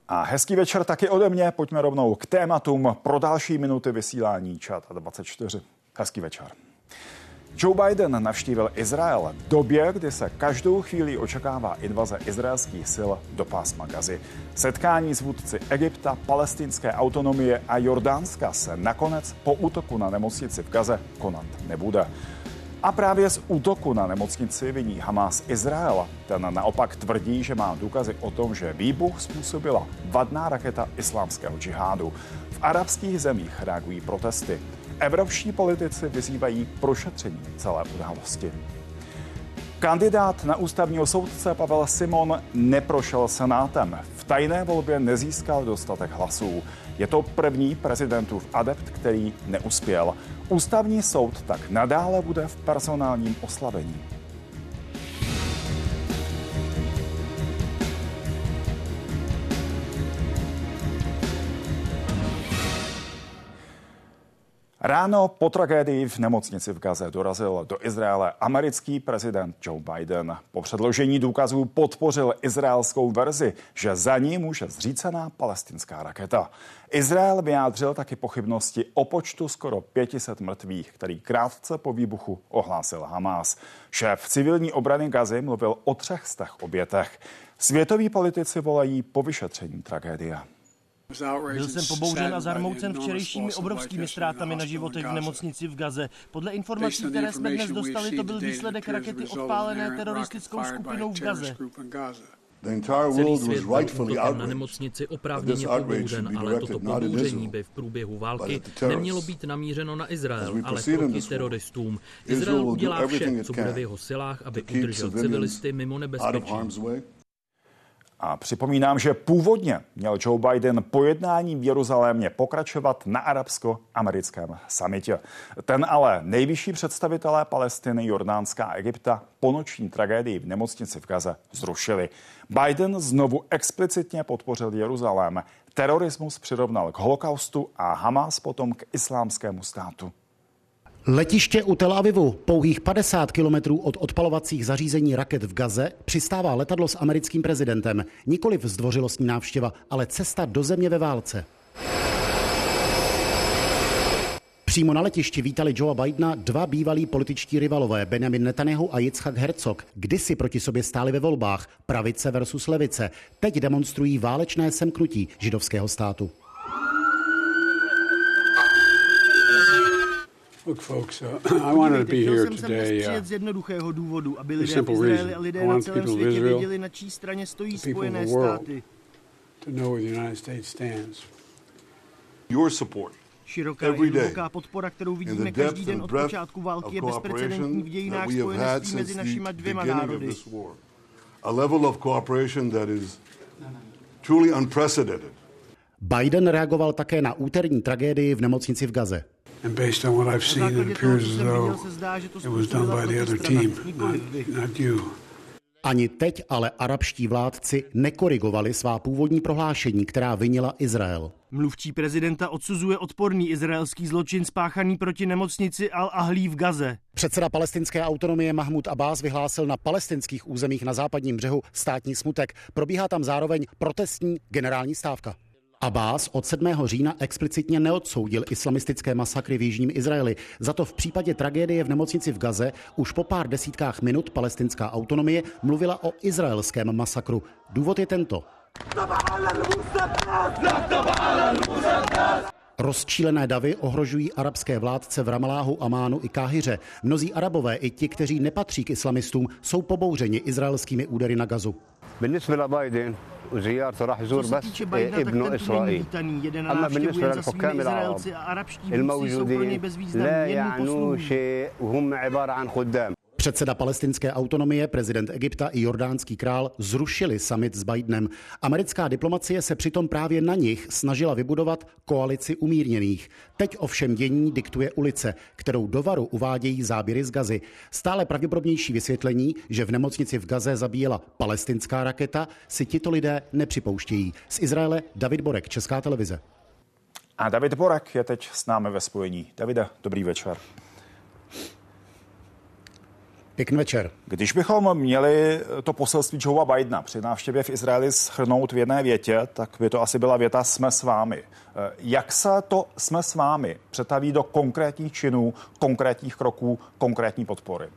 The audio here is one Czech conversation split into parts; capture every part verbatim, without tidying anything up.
A hezký večer taky ode mě. Pojďme rovnou k tématům pro další minuty vysílání Čat dvacet čtyři. Hezký večer. Joe Biden navštívil Izrael v době, kdy se každou chvíli očekává invaze izraelských sil do pásma Gazy. Setkání s vůdci Egypta, palestinské autonomie a Jordánska se nakonec po útoku na nemocnici v Gaze konat nebude. A právě z útoku na nemocnici viní Hamás Izraela. Ten naopak tvrdí, že má důkazy o tom, že výbuch způsobila vadná raketa islámského džihádu. V arabských zemích reagují protesty. Evropští politici vyzývají k prošetření celé události. Kandidát na ústavního soudce Pavel Simon neprošel senátem. V tajné volbě nezískal dostatek hlasů. Je to první prezidentův adept, který neuspěl. Ústavní soud tak nadále bude v personálním oslabení. Ráno po tragédii v nemocnici v Gaze dorazil do Izraele americký prezident Joe Biden. Po předložení důkazů podpořil izraelskou verzi, že za ní může zřícená palestinská raketa. Izrael vyjádřil taky pochybnosti o počtu skoro pět set mrtvých, který krátce po výbuchu ohlásil Hamás. Šéf civilní obrany Gazy mluvil o třech stech obětech. Světoví politici volají po vyšetření tragédie. Byl jsem pobouřen a zarmoucen včerejšími obrovskými ztrátami na životech v nemocnici v Gaze. Podle informací, které jsme dnes dostali, to byl výsledek rakety odpálené teroristickou skupinou v Gaze. Celý svět byl útokem na nemocnici oprávněně pobouřen, ale toto pobouření by v průběhu války nemělo být namířeno na Izrael, ale proti teroristům. Izrael udělá vše, co bude v jeho silách, aby udržel civilisty mimo nebezpečí. A připomínám, že původně měl Joe Biden po jednání v Jeruzalémě pokračovat na arabsko-americkém summitě. Ten ale nejvyšší představitelé Palestiny, Jordánska a Egypta po noční tragédii v nemocnici v Gaze zrušili. Biden znovu explicitně podpořil Jeruzalém. Terorismus přirovnal k holokaustu a Hamás potom k islámskému státu. Letiště u Tel Avivu, pouhých padesát kilometrů od odpalovacích zařízení raket v Gaze, přistává letadlo s americkým prezidentem. Nikoliv zdvořilostní návštěva, ale cesta do země ve válce. Přímo na letišti vítali Joea Bidena dva bývalí političtí rivalové, Benjamin Netanyahu a Yitzhak Herzog. Kdysi proti sobě stáli ve volbách, pravice versus levice. Teď demonstrují válečné semknutí židovského státu. Look, folks, uh, I wanted to be here today. Uh, z jednoduchého důvodu, aby lidé v Izraeli a lidé na celém světě věděli, na čí straně stojí Spojené státy. To know where the United States stands. Your support. Široká i hluboká podpora, kterou vidíme každý den od počátku války, je bezprecedentní v dějinách spojenectví mezi našimi dvěma národy. A level of cooperation that is truly unprecedented. Biden reagoval také na úterní tragédii v nemocnici v Gaze. And based on what I've seen, it appears as though it was done by the other team, not, not you. Ani teď ale arabští vládci nekorigovali svá původní prohlášení, která vinila Izrael. Mluvčí prezidenta odsuzuje odporný izraelský zločin spáchaný proti nemocnici Al-Ahlí v Gaze. Předseda palestinské autonomie Mahmud Abbas vyhlásil na palestinských územích na západním břehu státní smutek. Probíhá tam zároveň protestní generální stávka. Abbas od sedmého října explicitně neodsoudil islamistické masakry v jižním Izraeli. Za to v případě tragédie v nemocnici v Gaze už po pár desítkách minut palestinská autonomie mluvila o izraelském masakru. Důvod je tento. Rozčílené davy ohrožují arabské vládce v Ramalláhu, Amánu i Káhiře. Mnozí Arabové i ti, kteří nepatří k islamistům, jsou pobouřeni izraelskými údery na Gazu. Co se týče Bidena, tak tento není vítaný. Jede na návštěvu jen za svými Izraelci a arabští vůdci jsou pro něj bezvýznamní, jen mu posluhují. Předseda palestinské autonomie, prezident Egypta i jordánský král zrušili summit s Bidenem. Americká diplomacie se přitom právě na nich snažila vybudovat koalici umírněných. Teď ovšem dění diktuje ulice, kterou do varu uvádějí záběry z Gazy. Stále pravděpodobnější vysvětlení, že v nemocnici v Gaze zabíjela palestinská raketa, si tito lidé nepřipouštějí. Z Izraele David Borek, Česká televize. A David Borek je teď s námi ve spojení. Davide, dobrý večer. Pěkný večer. Když bychom měli to poselství Joea Bidena při návštěvě v Izraeli shrnout v jedné větě, tak by to asi byla věta "jsme s vámi". Jak se to "jsme s vámi" přetaví do konkrétních činů, konkrétních kroků, konkrétní podpory?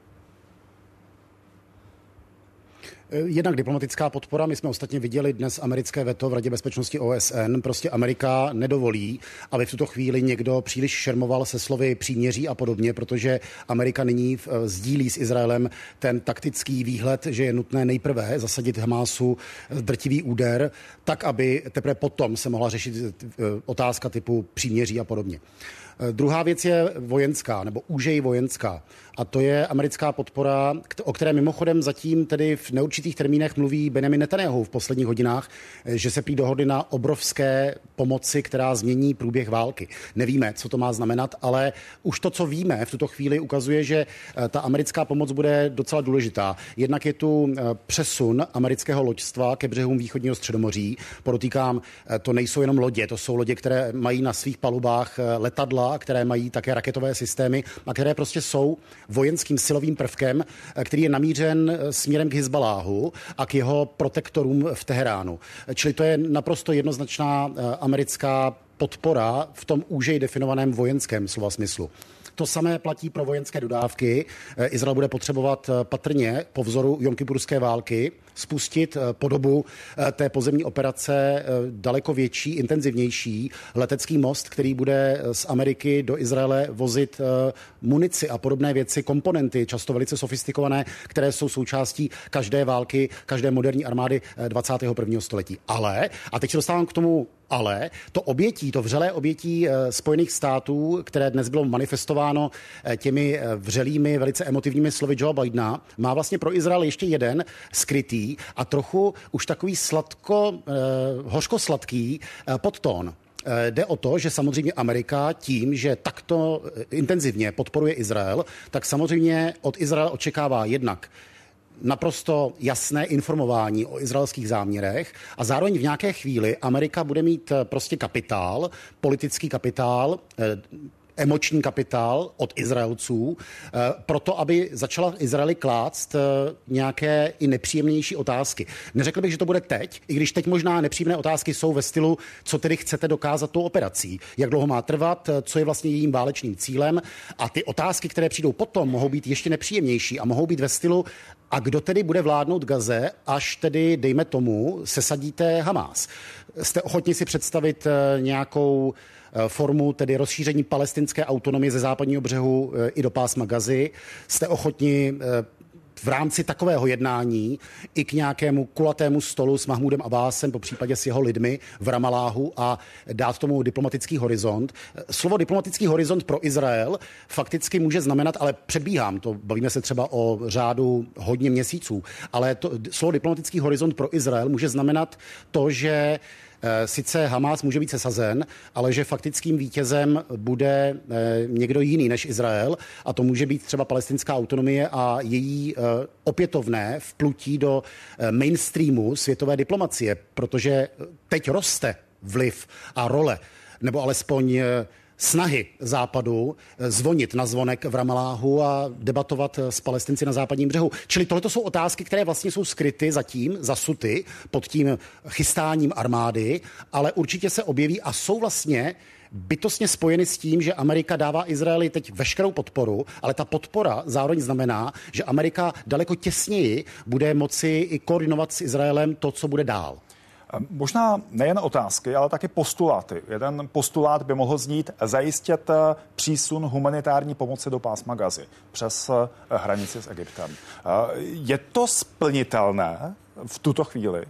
Jednak diplomatická podpora. My jsme ostatně viděli dnes americké veto v Radě bezpečnosti O S N. Prostě Amerika nedovolí, aby v tuto chvíli někdo příliš šermoval se slovy příměří a podobně, protože Amerika nyní sdílí s Izraelem ten taktický výhled, že je nutné nejprve zasadit Hamásu drtivý úder, tak, aby teprve potom se mohla řešit otázka typu příměří a podobně. Druhá věc je vojenská, nebo úžej vojenská. A to je americká podpora, o které mimochodem zatím tedy v neurčitých termínech mluví Benjamin Netanyahu v posledních hodinách, že se prý dohodli na obrovské pomoci, která změní průběh války. Nevíme, co to má znamenat, ale už to, co víme v tuto chvíli, ukazuje, že ta americká pomoc bude docela důležitá. Jednak je tu přesun amerického loďstva ke břehům východního Středomoří. Podotýkám, to nejsou jenom lodě, to jsou lodě, které mají na svých palubách letadla, které mají také raketové systémy a které prostě jsou vojenským silovým prvkem, který je namířen směrem k Hizbaláhu a k jeho protektorům v Teheránu. Čili to je naprosto jednoznačná americká podpora v tom úžej definovaném vojenském slova smyslu. To samé platí pro vojenské dodávky. Izrael bude potřebovat patrně po vzoru jomkipurské války spustit po dobu té pozemní operace daleko větší, intenzivnější letecký most, který bude z Ameriky do Izraele vozit munici a podobné věci, komponenty, často velice sofistikované, které jsou součástí každé války, každé moderní armády dvacátého prvního století. Ale, a teď se dostávám k tomu ale, to obětí, to vřelé obětí Spojených států, které dnes bylo manifestováno těmi vřelými, velice emotivními slovy Joea Bidena, má vlastně pro Izrael ještě jeden skrytý a trochu už takový sladko, eh, hořko-sladký eh, podtón. Jde o to, že samozřejmě Amerika tím, že takto intenzivně podporuje Izrael, tak samozřejmě od Izraele očekává jednak naprosto jasné informování o izraelských záměrech a zároveň v nějaké chvíli Amerika bude mít prostě kapitál, politický kapitál, emoční kapitál od Izraelců, proto aby začala Izraeli klást nějaké i nepříjemnější otázky. Neřekl bych, že to bude teď, i když teď možná nepříjemné otázky jsou ve stylu, co tedy chcete dokázat tou operací, jak dlouho má trvat, co je vlastně jejím válečným cílem a ty otázky, které přijdou potom, mohou být ještě nepříjemnější a mohou být ve stylu, a kdo tedy bude vládnout Gaze, až tedy, dejme tomu, sesadíte Hamás. Jste ochotni si představit nějakou formu tedy rozšíření palestinské autonomie ze západního břehu i do pásma Gazy? Jste ochotni v rámci takového jednání i k nějakému kulatému stolu s Mahmudem Abbásem, po případě s jeho lidmi v Ramaláhu a dát tomu diplomatický horizont? Slovo diplomatický horizont pro Izrael fakticky může znamenat, ale předbíhám, to bavíme se třeba o řádu hodně měsíců, ale to slovo diplomatický horizont pro Izrael může znamenat to, že sice Hamás může být sesazen, ale že faktickým vítězem bude někdo jiný než Izrael a to může být třeba palestinská autonomie a její opětovné vplutí do mainstreamu světové diplomacie, protože teď roste vliv a role, nebo alespoň snahy Západu zvonit na zvonek v Ramaláhu a debatovat s Palestinci na západním břehu. Čili tohle jsou otázky, které vlastně jsou skryty zatím, zasuty pod tím chystáním armády, ale určitě se objeví a jsou vlastně bytostně spojeny s tím, že Amerika dává Izraeli teď veškerou podporu, ale ta podpora zároveň znamená, že Amerika daleko těsněji bude moci i koordinovat s Izraelem to, co bude dál. Možná nejen otázky, ale taky postuláty. Jeden postulát by mohl znít zajistit přísun humanitární pomoci do pásma Gazy přes hranici s Egyptem. Je to splnitelné v tuto chvíli?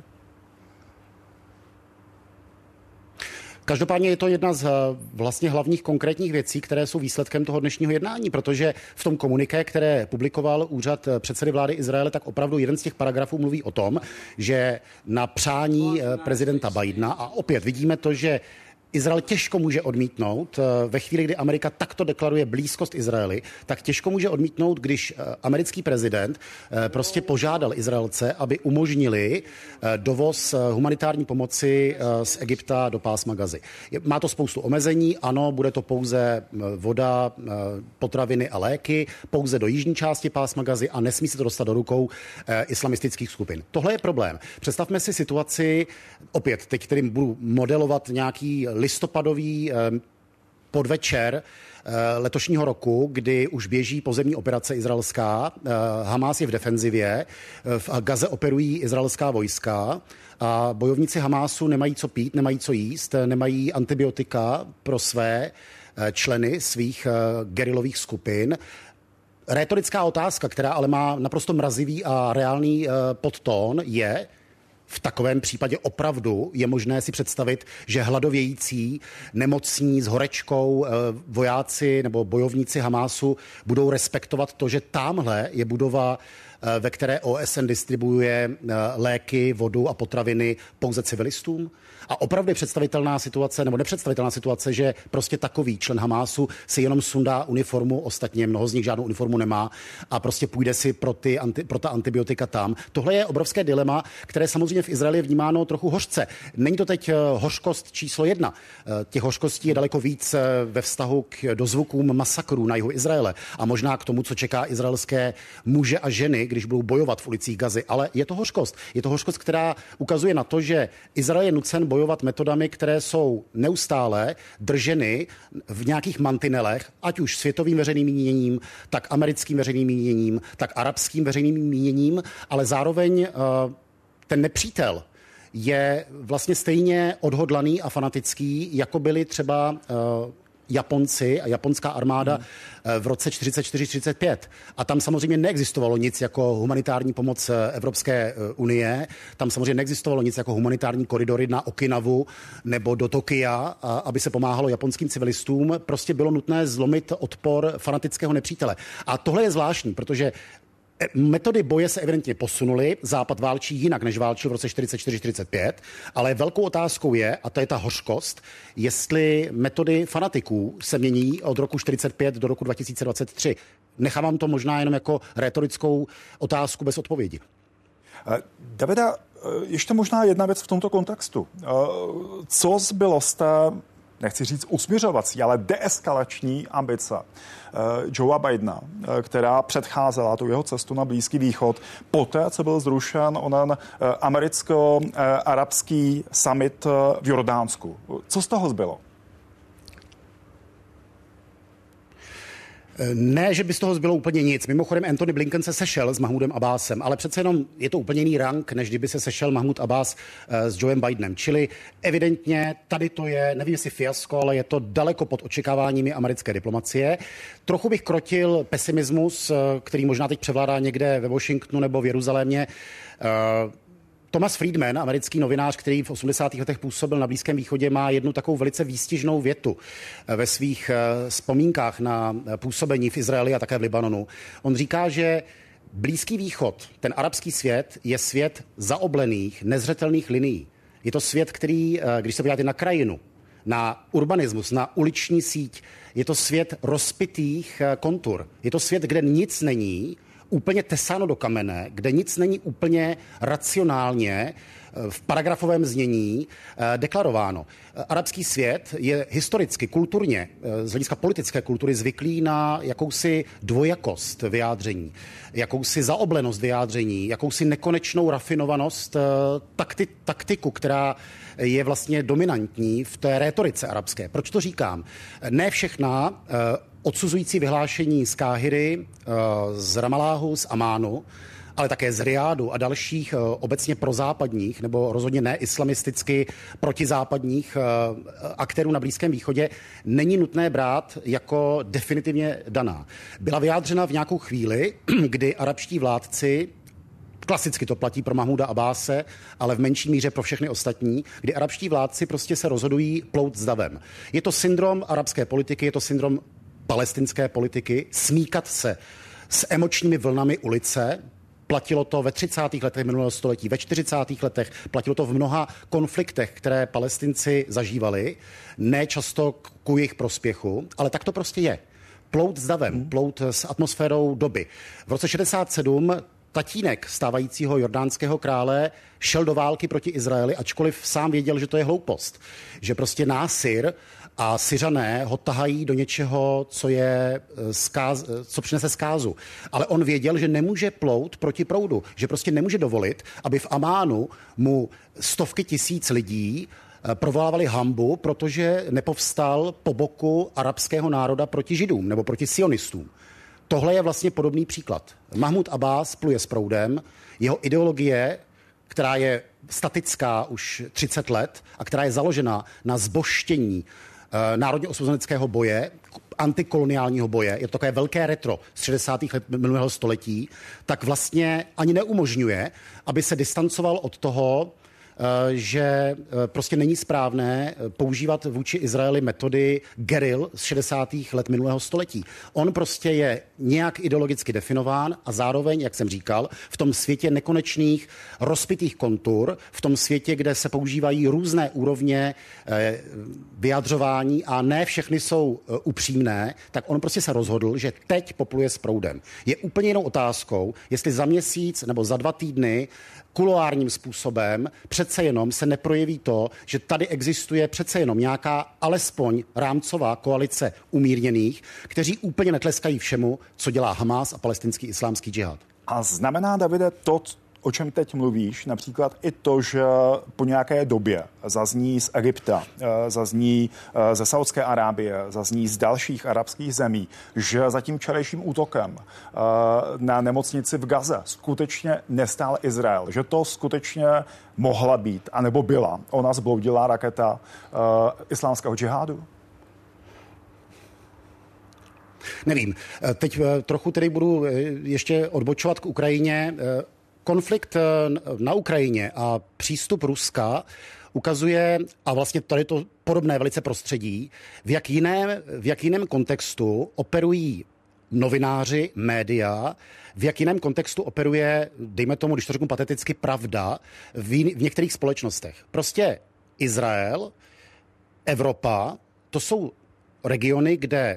Každopádně je to jedna z vlastně hlavních konkrétních věcí, které jsou výsledkem toho dnešního jednání, protože v tom komuniké, které publikoval úřad předsedy vlády Izraele, tak opravdu jeden z těch paragrafů mluví o tom, že na přání prezidenta Bidena, a opět vidíme to, že Izrael těžko může odmítnout. Ve chvíli, kdy Amerika takto deklaruje blízkost Izraeli, tak těžko může odmítnout, když americký prezident prostě požádal Izraelce, aby umožnili dovoz humanitární pomoci z Egypta do pásma Gazy. Má to spoustu omezení, ano, bude to pouze voda, potraviny a léky, pouze do jižní části pásma Gazy a nesmí se to dostat do rukou islamistických skupin. Tohle je problém. Představme si situaci, opět teď kterým budu modelovat nějaký listopadový podvečer letošního roku, kdy už běží pozemní operace izraelská, Hamas je v defenzivě, v Gaze operují izraelská vojska a bojovníci Hamásu nemají co pít, nemají co jíst, nemají antibiotika pro své členy svých gerilových skupin. Rétorická otázka, která ale má naprosto mrazivý a reálný podtón, je, v takovém případě opravdu je možné si představit, že hladovějící, nemocní, s horečkou vojáci nebo bojovníci Hamásu budou respektovat to, že tamhle je budova, ve které O S N distribuuje léky, vodu a potraviny pouze civilistům? A opravdu je představitelná situace, nebo nepředstavitelná situace, že prostě takový člen Hamásu si jenom sundá uniformu, ostatně mnoho z nich žádnou uniformu nemá a prostě půjde si pro, ty, anti, pro ta antibiotika tam. Tohle je obrovské dilema, které samozřejmě v Izraeli je vnímáno trochu hořce. Není to teď hořkost číslo jedna. Těch hořkostí je daleko víc ve vztahu k dozvukům masakrů na jihu Izraele a možná k tomu, co čeká izraelské muže a ženy, když budou bojovat v ulicích Gazy. Ale je to hořkost. Je to hořkost, která ukazuje na to, že Izrael je nucen bojovat metodami, které jsou neustále drženy v nějakých mantinelech, ať už světovým veřejným míněním, tak americkým veřejným míněním, tak arabským veřejným míněním, ale zároveň uh, ten nepřítel je vlastně stejně odhodlaný a fanatický, jako byli třeba uh, Japonci a japonská armáda hmm. v roce čtyřicet čtyři čtyřicet pět. A tam samozřejmě neexistovalo nic jako humanitární pomoc Evropské unie. Tam samozřejmě neexistovalo nic jako humanitární koridory na Okinavu nebo do Tokia, aby se pomáhalo japonským civilistům. Prostě bylo nutné zlomit odpor fanatického nepřítele. A tohle je zvláštní, protože metody boje se evidentně posunuly, Západ válčí jinak, než válčil v roce čtyřicet čtyři čtyřicet pět, ale velkou otázkou je, a to je ta hořkost, jestli metody fanatiků se mění od roku čtyřicet pět do roku dva tisíce dvacet tři. Nechávám to možná jenom jako rétorickou otázku bez odpovědi. Davida, ještě možná jedna věc v tomto kontextu. Co zbylo z té, nechci říct usměřovací, ale deeskalační ambice Joea Bidena, která předcházela tu jeho cestu na Blízký východ, poté, co byl zrušen onen americko-arabský summit v Jordánsku. Co z toho zbylo? Ne, že by z toho zbylo úplně nic. Mimochodem Antony Blinken se sešel s Mahmudem Abbásem, ale přece jenom je to úplně jiný rank, než kdyby se sešel Mahmud Abbás s Joeem Bidenem. Čili evidentně tady to je, nevím jestli fiasko, ale je to daleko pod očekáváními americké diplomacie. Trochu bych krotil pesimismus, který možná teď převládá někde ve Washingtonu nebo v Jeruzalémě. Thomas Friedman, americký novinář, který v osmdesátých letech působil na Blízkém východě, má jednu takovou velice výstižnou větu ve svých vzpomínkách na působení v Izraeli a také v Libanonu. On říká, že Blízký východ, ten arabský svět, je svět zaoblených, nezřetelných linií. Je to svět, který, když se podíváte na krajinu, na urbanismus, na uliční síť, je to svět rozpitých kontur. Je to svět, kde nic není úplně tesáno do kamene, kde nic není úplně racionálně v paragrafovém znění deklarováno. Arabský svět je historicky, kulturně, z hlediska politické kultury zvyklý na jakousi dvojakost vyjádření, jakousi zaoblenost vyjádření, jakousi nekonečnou rafinovanost takti, taktiku, která je vlastně dominantní v té rétorice arabské. Proč to říkám? Ne všechna odsuzující vyhlášení z Káhiry, z Ramaláhu, z Amánu, ale také z Riádu a dalších obecně prozápadních nebo rozhodně ne islamisticky protizápadních aktérů na Blízkém východě není nutné brát jako definitivně daná. Byla vyjádřena v nějakou chvíli, kdy arabští vládci, klasicky to platí pro Mahmuda Abbáse, ale v menší míře pro všechny ostatní, kdy arabští vládci prostě se rozhodují plout s davem. Je to syndrom arabské politiky, je to syndrom palestinské politiky, smíkat se s emočními vlnami ulice, Platilo to ve třicátých letech minulého století, ve čtyřicátých letech, platilo to v mnoha konfliktech, které Palestinci zažívali, ne často ku jejich prospěchu, ale tak to prostě je. Plout s davem, hmm. plout s atmosférou doby. V roce šedesát sedm tatínek stávajícího jordánského krále šel do války proti Izraeli, ačkoliv sám věděl, že to je hloupost. Že prostě Násir a Syřané ho tahají do něčeho, co je zkáz, co přinese zkázu. Ale on věděl, že nemůže plout proti proudu, že prostě nemůže dovolit, aby v Amánu mu stovky tisíc lidí provolávali hanbu, protože nepovstal po boku arabského národa proti Židům nebo proti sionistům. Tohle je vlastně podobný příklad. Mahmud Abbás pluje s proudem, jeho ideologie, která je statická už třicet let a která je založena na zbožštění eh, národně osvobozeneckého boje, antikoloniálního boje, je to takové velké retro z šedesátých let minulého století, tak vlastně ani neumožňuje, aby se distancoval od toho, že prostě není správné používat vůči Izraeli metody geril z šedesátých let minulého století. On prostě je nějak ideologicky definován a zároveň, jak jsem říkal, v tom světě nekonečných rozpitých kontur, v tom světě, kde se používají různé úrovně vyjadřování a ne všechny jsou upřímné, tak on prostě se rozhodl, že teď popluje s proudem. Je úplně jinou otázkou, jestli za měsíc nebo za dva týdny kuloárním způsobem přece jenom se neprojeví to, že tady existuje přece jenom nějaká alespoň rámcová koalice umírněných, kteří úplně netleskají všemu, co dělá Hamás a palestinský islámský džihad. A znamená, Davide, to, o čem teď mluvíš, například i to, že po nějaké době zazní z Egypta, zazní ze Saudské Arábie, zazní z dalších arabských zemí, že za tím včerejším útokem na nemocnici v Gaze skutečně nestál Izrael, že to skutečně mohla být, anebo byla ona zbloudilá raketa islámského džihádu? Nevím. Teď trochu tedy budu ještě odbočovat k Ukrajině. Konflikt na Ukrajině a přístup Ruska ukazuje, a vlastně tady to podobné velice prostředí, v jak jiném, v jak jiném kontextu operují novináři, média, v jak jiném kontextu operuje, dejme tomu, když to řeknu pateticky, pravda v, jin, v některých společnostech. Prostě Izrael, Evropa, to jsou regiony, kde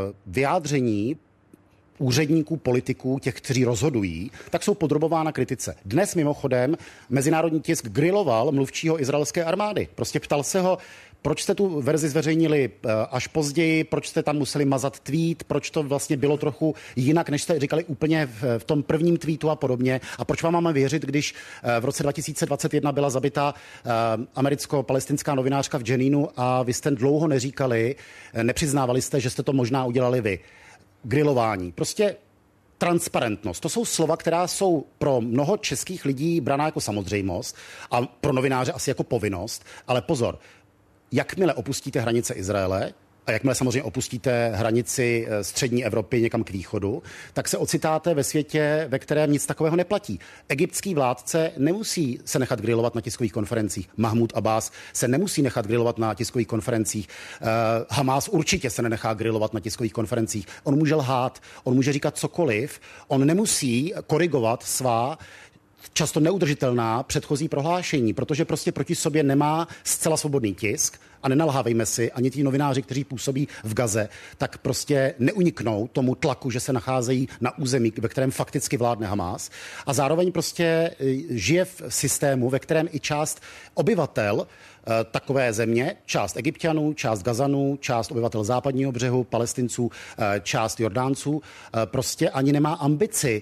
vyjádření úředníků, politiků, těch, kteří rozhodují, tak jsou podrobována kritice. Dnes mimochodem mezinárodní tisk griloval mluvčího izraelské armády. Prostě ptal se ho, proč jste tu verzi zveřejnili až později, proč jste tam museli mazat tweet, proč to vlastně bylo trochu jinak, než jste říkali úplně v, v tom prvním tweetu a podobně. A proč vám máme věřit, když v roce dva tisíce dvacet jedna byla zabita americko-palestinská novinářka v Jenínu a vy jste dlouho neříkali, nepřiznávali jste, že jste to možná udělali vy. Grilování. Prostě transparentnost. To jsou slova, která jsou pro mnoho českých lidí braná jako samozřejmost a pro novináře asi jako povinnost. Ale pozor, jakmile opustíte hranice Izraele a jakmile samozřejmě opustíte hranici střední Evropy někam k východu, tak se ocitáte ve světě, ve kterém nic takového neplatí. Egyptský vládce nemusí se nechat grilovat na tiskových konferencích. Mahmud Abbás se nemusí nechat grilovat na tiskových konferencích. Uh, Hamás určitě se nenechá grilovat na tiskových konferencích. On může lhát, on může říkat cokoliv, on nemusí korigovat svá často neudržitelná předchozí prohlášení, protože prostě proti sobě nemá zcela svobodný tisk a nenalhávejme si, ani ti novináři, kteří působí v Gaze, tak prostě neuniknou tomu tlaku, že se nacházejí na území, ve kterém fakticky vládne Hamás a zároveň prostě žije v systému, ve kterém i část obyvatel takové země, část Egypťanů, část Gazanů, část obyvatel západního břehu, Palestinců, část Jordánců, prostě ani nemá ambici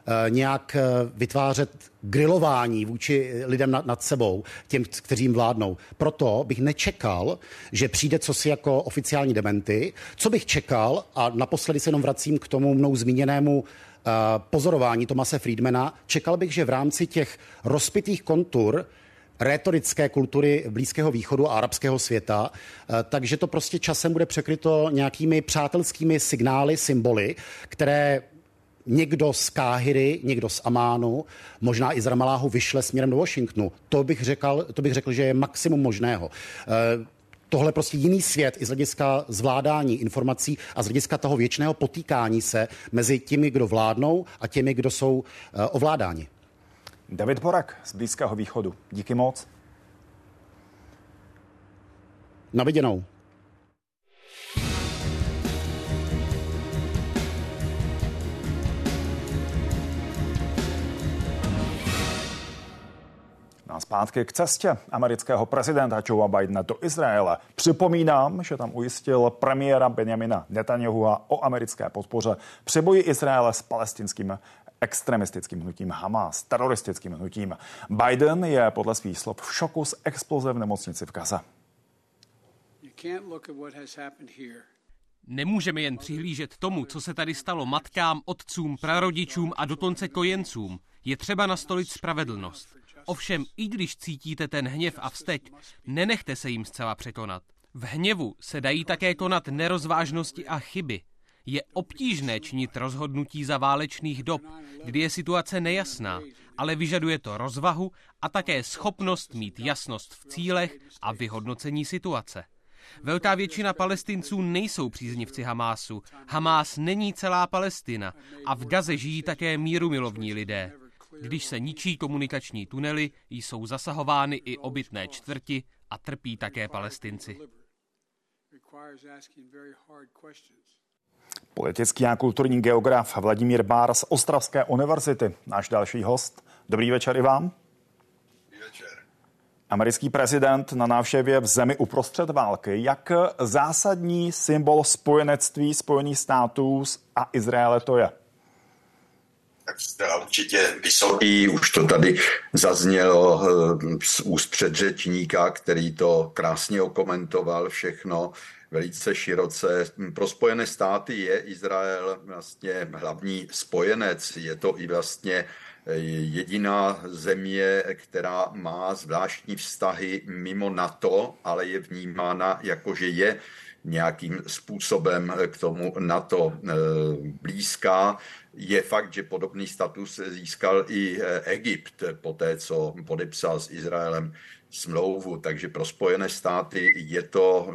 nějak vytvářet grilování vůči lidem nad, nad sebou, těm, kteří jim vládnou. Proto bych nečekal, že přijde cosi jako oficiální dementy. Co bych čekal, a naposledy se jenom vracím k tomu mnou zmíněnému uh, pozorování Thomase Friedmana, čekal bych, že v rámci těch rozpitých kontur rétorické kultury Blízkého východu a arabského světa, takže to prostě časem bude překryto nějakými přátelskými signály, symboly, které někdo z Káhiry, někdo z Amánu, možná i z Ramaláhu vyšle směrem do Washingtonu. To bych řekl, to bych řekl, že je maximum možného. tohle prostě jiný svět i z hlediska zvládání informací a z hlediska toho věčného potýkání se mezi těmi, kdo vládnou a těmi, kdo jsou uh, ovládáni. David Borak z Blízkého východu. Díky moc. Na viděnou. A zpátky k cestě amerického prezidenta Joea Bidena do Izraele. Připomínám, že tam ujistil premiéra Benjamina Netanyahua o americké podpoře při boji Izraele s palestinským extremistickým hnutím Hamas, teroristickým hnutím. Biden je podle svých slov v šoku z exploze v nemocnici v Gaze. Nemůžeme jen přihlížet tomu, co se tady stalo matkám, otcům, prarodičům a dokonce kojencům. Je třeba nastolit spravedlnost. Ovšem, i když cítíte ten hněv a vzteď, nenechte se jim zcela překonat. V hněvu se dají také konat nerozvážnosti a chyby. Je obtížné činit rozhodnutí za válečných dob, kdy je situace nejasná, ale vyžaduje to rozvahu a také schopnost mít jasnost v cílech a vyhodnocení situace. Velká většina Palestinců nejsou příznivci Hamásu. Hamás není celá Palestina a v Gaze žijí také mírumilovní lidé. Když se ničí komunikační tunely, jsou zasahovány i obytné čtvrti a trpí také Palestinci. Politický a kulturní geograf Vladimír Bár z Ostravské univerzity, náš další host. Dobrý večer i vám. Dobrý večer. Americký prezident na návštěvě v zemi uprostřed války. Jak zásadní symbol spojenectví Spojených států a Izraele to je? Tak zcela určitě vysoký, už to tady zaznělo z úst předřečníka, který to krásně okomentoval všechno velice široce. Pro Spojené státy je Izrael vlastně hlavní spojenec, je to i vlastně jediná země, která má zvláštní vztahy mimo NATO, ale je vnímána jako, že je nějakým způsobem k tomu NATO blízká. Je fakt, že podobný status získal i Egypt po té, co podepsal s Izraelem smlouvu, takže pro Spojené státy je to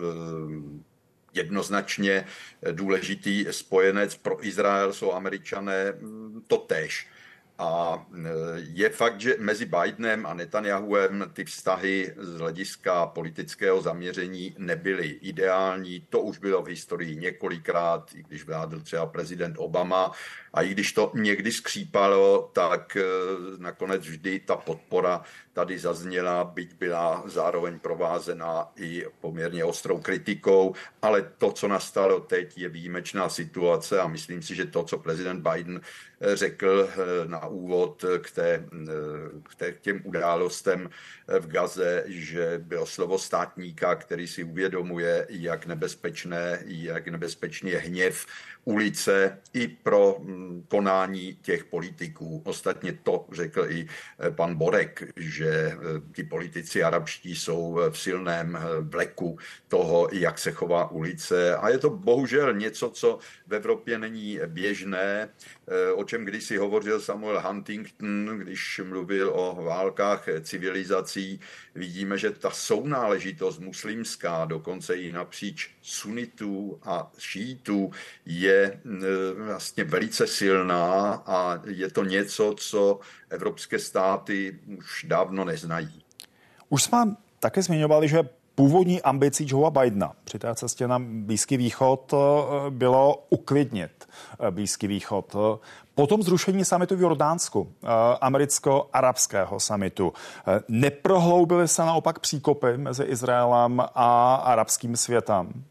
jednoznačně důležitý spojenec. Pro Izrael jsou Američané totéž. A je fakt, že mezi Bidenem a Netanyahuem ty vztahy z hlediska politického zaměření nebyly ideální. To už bylo v historii několikrát, i když vládl třeba prezident Obama. A i když to někdy skřípalo, tak nakonec vždy ta podpora tady zazněla, byť byla zároveň provázená i poměrně ostrou kritikou. Ale to, co nastalo teď, je výjimečná situace a myslím si, že to, co prezident Biden řekl na úvod k, té, k, té, k těm událostem v Gaze, že bylo slovo státníka, který si uvědomuje, jak nebezpečné, jak nebezpečný je hněv ulice i pro konání těch politiků. Ostatně to řekl i pan Borek, že ti politici arabští jsou v silném vleku toho, jak se chová ulice. A je to bohužel něco, co v Evropě není běžné, o čem kdysi hovořil Samuel Huntington, když mluvil o válkách civilizací. Vidíme, že ta sounáležitost muslimská, dokonce i napříč sunitů a šítů, je vlastně velice silná a je to něco, co evropské státy už dávno neznají. Už jsme také zmiňovali, že původní ambicí Joea Bidena při té cestě na Blízký východ bylo uklidnit Blízký východ. Po tom zrušení summitu v Jordánsku, americko-arabského summitu, neprohloubily se naopak příkopy mezi Izraelem a arabským světem?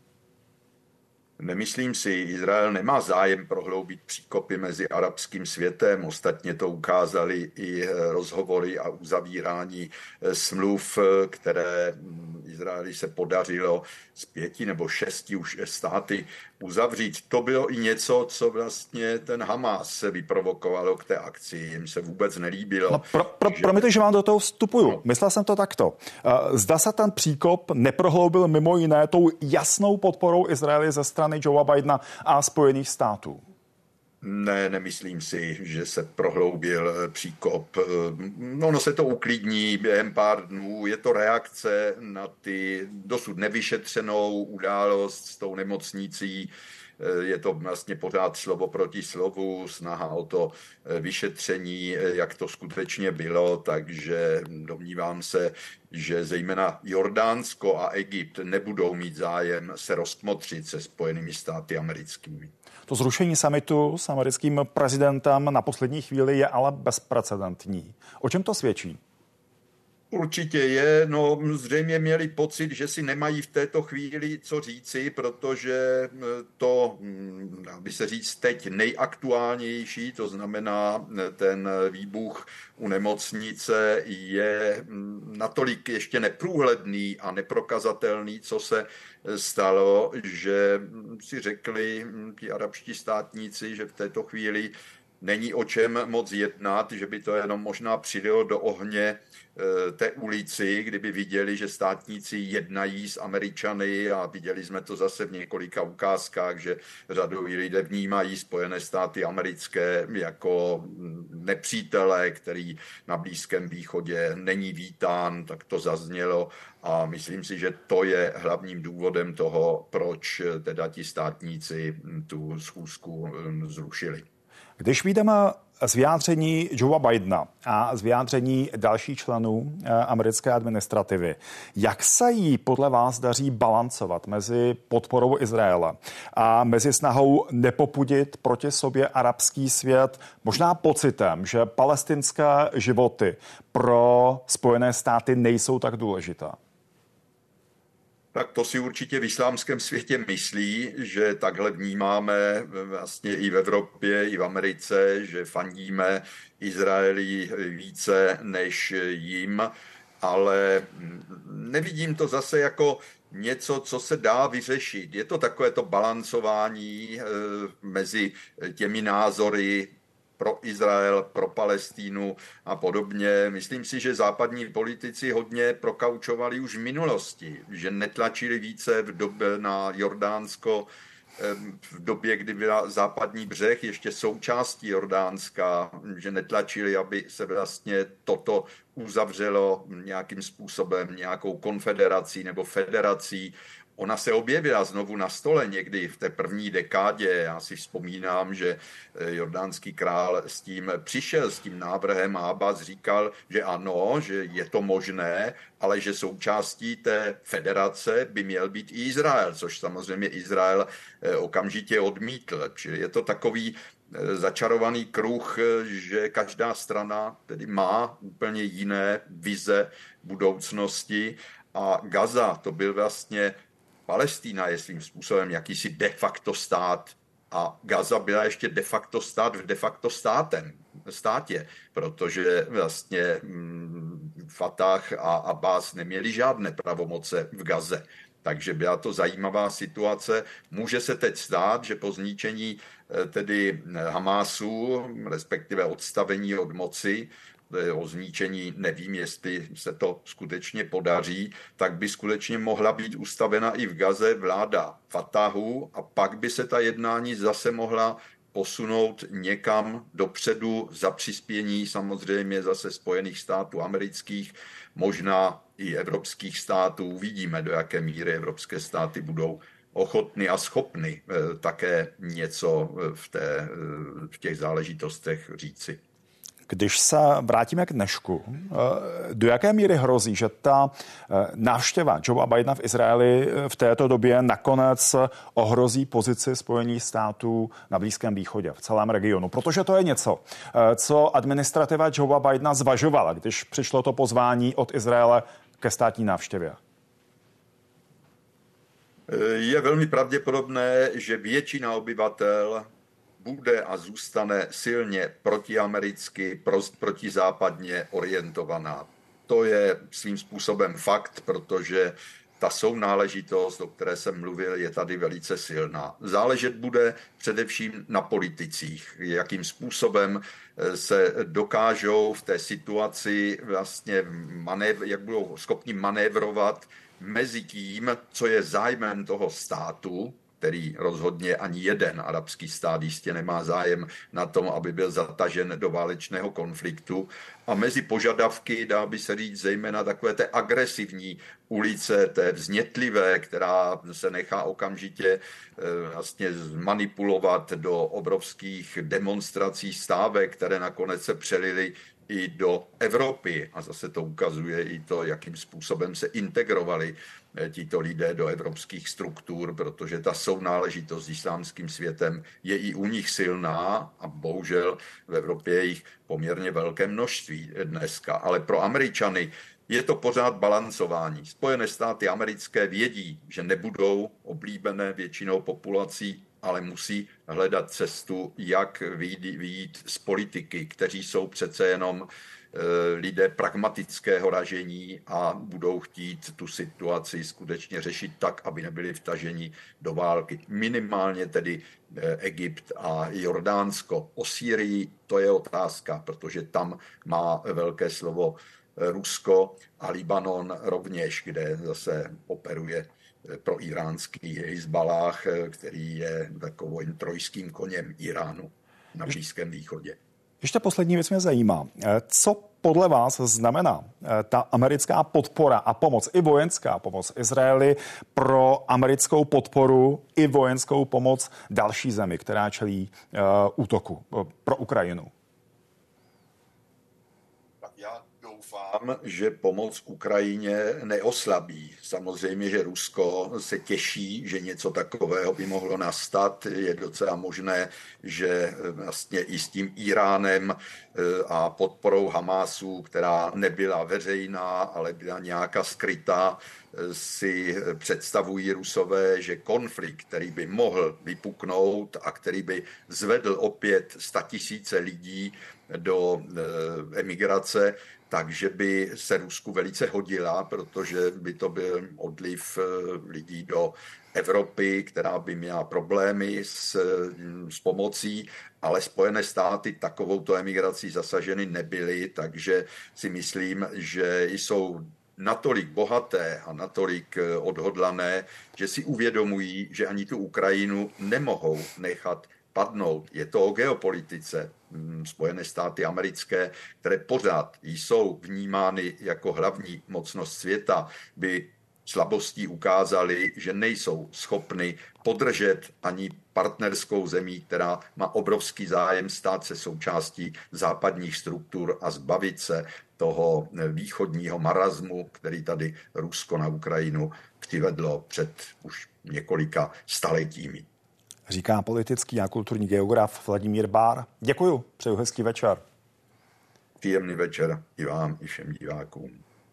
Nemyslím si, Izrael nemá zájem prohloubit příkopy mezi arabským světem. Ostatně to ukázaly i rozhovory a uzavírání smluv, které Izraeli se podařilo z pěti nebo šesti už státy uzavřít. To bylo i něco, co vlastně ten Hamas se vyprovokovalo k té akci. Jim se vůbec nelíbilo. No, pro, pro, že... Promiňte, že vám do toho vstupuju. No. Myslel jsem to takto. Zda se ten příkop neprohloubil mimo jiné tou jasnou podporou Izraeli ze strany Joea Bidena a Spojených států? Ne, nemyslím si, že se prohloubil příkop. Ono se to uklidní během pár dnů. Je to reakce na ty dosud nevyšetřenou událost s tou nemocnicí. Je to vlastně pořád slovo proti slovu, snaha o to vyšetření, jak to skutečně bylo, takže domnívám se, že zejména Jordánsko a Egypt nebudou mít zájem se rozkmotřit se Spojenými státy americkými. To zrušení summitu s americkým prezidentem na poslední chvíli je ale bezprecedentní. O čem to svědčí? Určitě je, no zřejmě měli pocit, že si nemají v této chvíli co říci, protože to, aby se říct teď nejaktuálnější, to znamená ten výbuch u nemocnice, je natolik ještě neprůhledný a neprokazatelný, co se stalo, že si řekli ti arabští státníci, že v této chvíli není o čem moc jednat, že by to jenom možná přidalo do ohně té ulici, kdyby viděli, že státníci jednají s Američany, a viděli jsme to zase v několika ukázkách, že řadoví lidé vnímají Spojené státy americké jako nepřítele, který na Blízkém východě není vítán, tak to zaznělo a myslím si, že to je hlavním důvodem toho, proč teda ti státníci tu schůzku zrušili. Když vyjdeme z vyjádření Joea Bidena a z vyjádření dalších členů americké administrativy, jak se jí podle vás daří balancovat mezi podporou Izraele a mezi snahou nepopudit proti sobě arabský svět, možná pocitem, že palestinské životy pro Spojené státy nejsou tak důležité? Tak to si určitě v islámském světě myslí, že takhle vnímáme vlastně i v Evropě, i v Americe, že fandíme Izraeli více než jim, ale nevidím to zase jako něco, co se dá vyřešit. Je to takové to balancování mezi těmi názory pro Izrael, pro Palestínu a podobně. Myslím si, že západní politici hodně prokaučovali už v minulosti, že netlačili více v době na Jordánsko, v době, kdy byla západní břeh ještě součástí Jordánska, že netlačili, aby se vlastně toto uzavřelo nějakým způsobem, nějakou konfederací nebo federací. Ona se objevila znovu na stole někdy v té první dekádě. Já si vzpomínám, že jordánský král s tím přišel, s tím návrhem, a Abbas říkal, že ano, že je to možné, ale že součástí té federace by měl být i Izrael, což samozřejmě Izrael okamžitě odmítl. Čili je to takový začarovaný kruh, že každá strana tedy má úplně jiné vize budoucnosti a Gaza to byl vlastně Palestína je svým způsobem jakýsi de facto stát a Gaza byla ještě de facto stát v de facto státem, státě, protože vlastně Fatah a Abbas neměli žádné pravomoce v Gaze. Takže byla to zajímavá situace. Může se teď stát, že po zničení tedy Hamásu, respektive odstavení od moci, o zničení, nevím, jestli se to skutečně podaří, tak by skutečně mohla být ustavena i v Gaze vláda Fatahu a pak by se ta jednání zase mohla posunout někam dopředu za přispění samozřejmě zase Spojených států amerických, možná i evropských států. Uvidíme, do jaké míry evropské státy budou ochotny a schopny také něco v, té, v těch záležitostech říci. Když se vrátíme k dnešku, do jaké míry hrozí, že ta návštěva Joea Bidena v Izraeli v této době nakonec ohrozí pozici Spojených států na Blízkém východě, v celém regionu? Protože to je něco, co administrativa Joea Bidena zvažovala, když přišlo to pozvání od Izraele ke státní návštěvě. Je velmi pravděpodobné, že většina obyvatel bude a zůstane silně protiamericky, protizápadně orientovaná. To je svým způsobem fakt, protože ta sounáležitost, o které jsem mluvil, je tady velice silná. Záležet bude především na politicích, jakým způsobem se dokážou v té situaci vlastně manév- jak budou schopni manévrovat mezi tím, co je zájmem toho státu, který rozhodně ani jeden arabský stát jistě nemá zájem na tom, aby byl zatažen do válečného konfliktu. A mezi požadavky dá by se říct zejména takové té agresivní ulice, té vznětlivé, která se nechá okamžitě vlastně manipulovat do obrovských demonstrací, stávek, které nakonec se přelily i do Evropy. A zase to ukazuje i to, jakým způsobem se integrovali tito lidé do evropských struktur, protože ta sounáležitost s islámským světem je i u nich silná a bohužel v Evropě je jich poměrně velké množství dneska. Ale pro Američany je to pořád balancování. Spojené státy americké vědí, že nebudou oblíbené většinou populací, ale musí hledat cestu, jak vyjít z politiky, kteří jsou přece jenom lidé pragmatického ražení a budou chtít tu situaci skutečně řešit tak, aby nebyli vtaženi do války. Minimálně tedy Egypt a Jordánsko. O Sýrii to je otázka, protože tam má velké slovo Rusko a Libanon rovněž, kde zase operuje pro iránský Hizballáh, který je takovým trojským koněm Iránu na Blízkém východě. Ještě poslední věc mě zajímá. Co podle vás znamená ta americká podpora a pomoc, i vojenská pomoc Izraeli pro americkou podporu i vojenskou pomoc další zemi, která čelí uh, útoku pro Ukrajinu? Já doufám, že pomoc Ukrajině neoslabí. Samozřejmě, že Rusko se těší, že něco takového by mohlo nastat. Je docela možné, že vlastně i s tím Iránem a podporou Hamásu, která nebyla veřejná, ale byla nějaká skrytá, si představují Rusové, že konflikt, který by mohl vypuknout a který by zvedl opět statisíce lidí do emigrace, takže by se Rusku velice hodila, protože by to byl odliv lidí do Evropy, která by měla problémy s, s pomocí, ale Spojené státy takovouto emigrací zasaženy nebyly, takže si myslím, že jsou natolik bohaté a natolik odhodlané, že si uvědomují, že ani tu Ukrajinu nemohou nechat padnout. Je to o geopolitice. Spojené státy americké, které pořád jsou vnímány jako hlavní mocnost světa, by slabostí ukázali, že nejsou schopny podržet ani partnerskou zemí, která má obrovský zájem stát se součástí západních struktur a zbavit se toho východního marazmu, který tady Rusko na Ukrajinu přivedlo před už několika staletími. Říká politický a kulturní geograf Vladimír Bár. Děkuju, přeju hezký večer. Příjemný večer i vám, i všem divákům.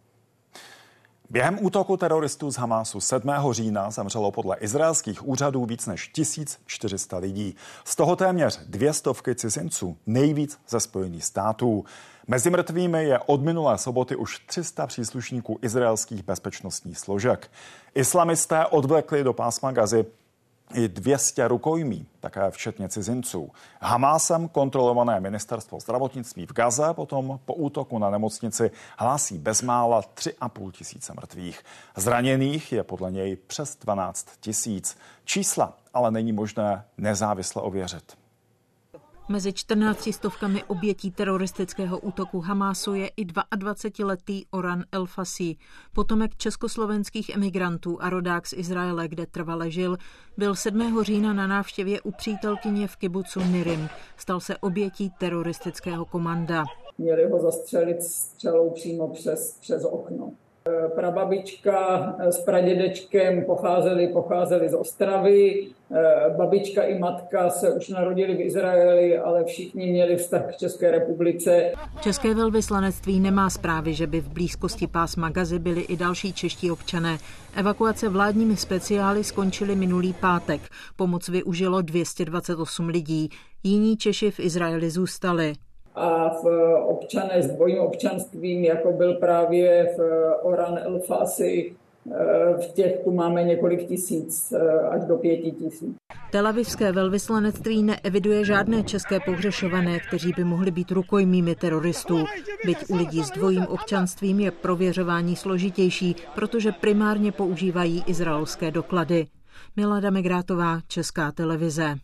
Během útoku teroristů z Hamásu sedmého října zemřelo podle izraelských úřadů víc než tisíc čtyři sta lidí. Z toho téměř dvě stovky cizinců, nejvíc ze Spojených států. Mezi mrtvými je od minulé soboty už tři sta příslušníků izraelských bezpečnostních složek. Islamisté odvlekli do pásma Gazy i dvě stě rukojmí, také včetně cizinců. Hamásem kontrolované ministerstvo zdravotnictví v Gaze potom po útoku na nemocnici hlásí bezmála tři a půl tisíce mrtvých. Zraněných je podle něj přes dvanáct tisíc. Čísla ale není možné nezávisle ověřit. Mezi čtrnácti stovkami obětí teroristického útoku Hamásu je i dvaadvacetiletý Oran El-Fassi, potomek československých emigrantů a rodák z Izraele, kde trvale žil, byl sedmého října na návštěvě u přítelkyně v kibucu Nirim. Stal se obětí teroristického komanda. Měli ho zastřelit střelou přímo přes, přes okno. Prababička s pradědečkem pocházeli, pocházeli z Ostravy, babička i matka se už narodili v Izraeli, ale všichni měli vztah k České republice. České velvyslanectví nemá zprávy, že by v blízkosti pásma Gazy byli i další čeští občané. Evakuace vládními speciály skončily minulý pátek. Pomoc využilo dvě stě dvacet osm lidí. Jiní Češi v Izraeli zůstali. A v občané s dvojím občanstvím, jako byl právě v Oran El-Fassi, v těch tu máme několik tisíc, až do pěti tisíc. Telavivské velvyslanectví neeviduje žádné české pohřešované, kteří by mohli být rukojmími teroristů. Byť u lidí s dvojím občanstvím je prověřování složitější, protože primárně používají izraelské doklady. Milada Migrátová, Česká televize.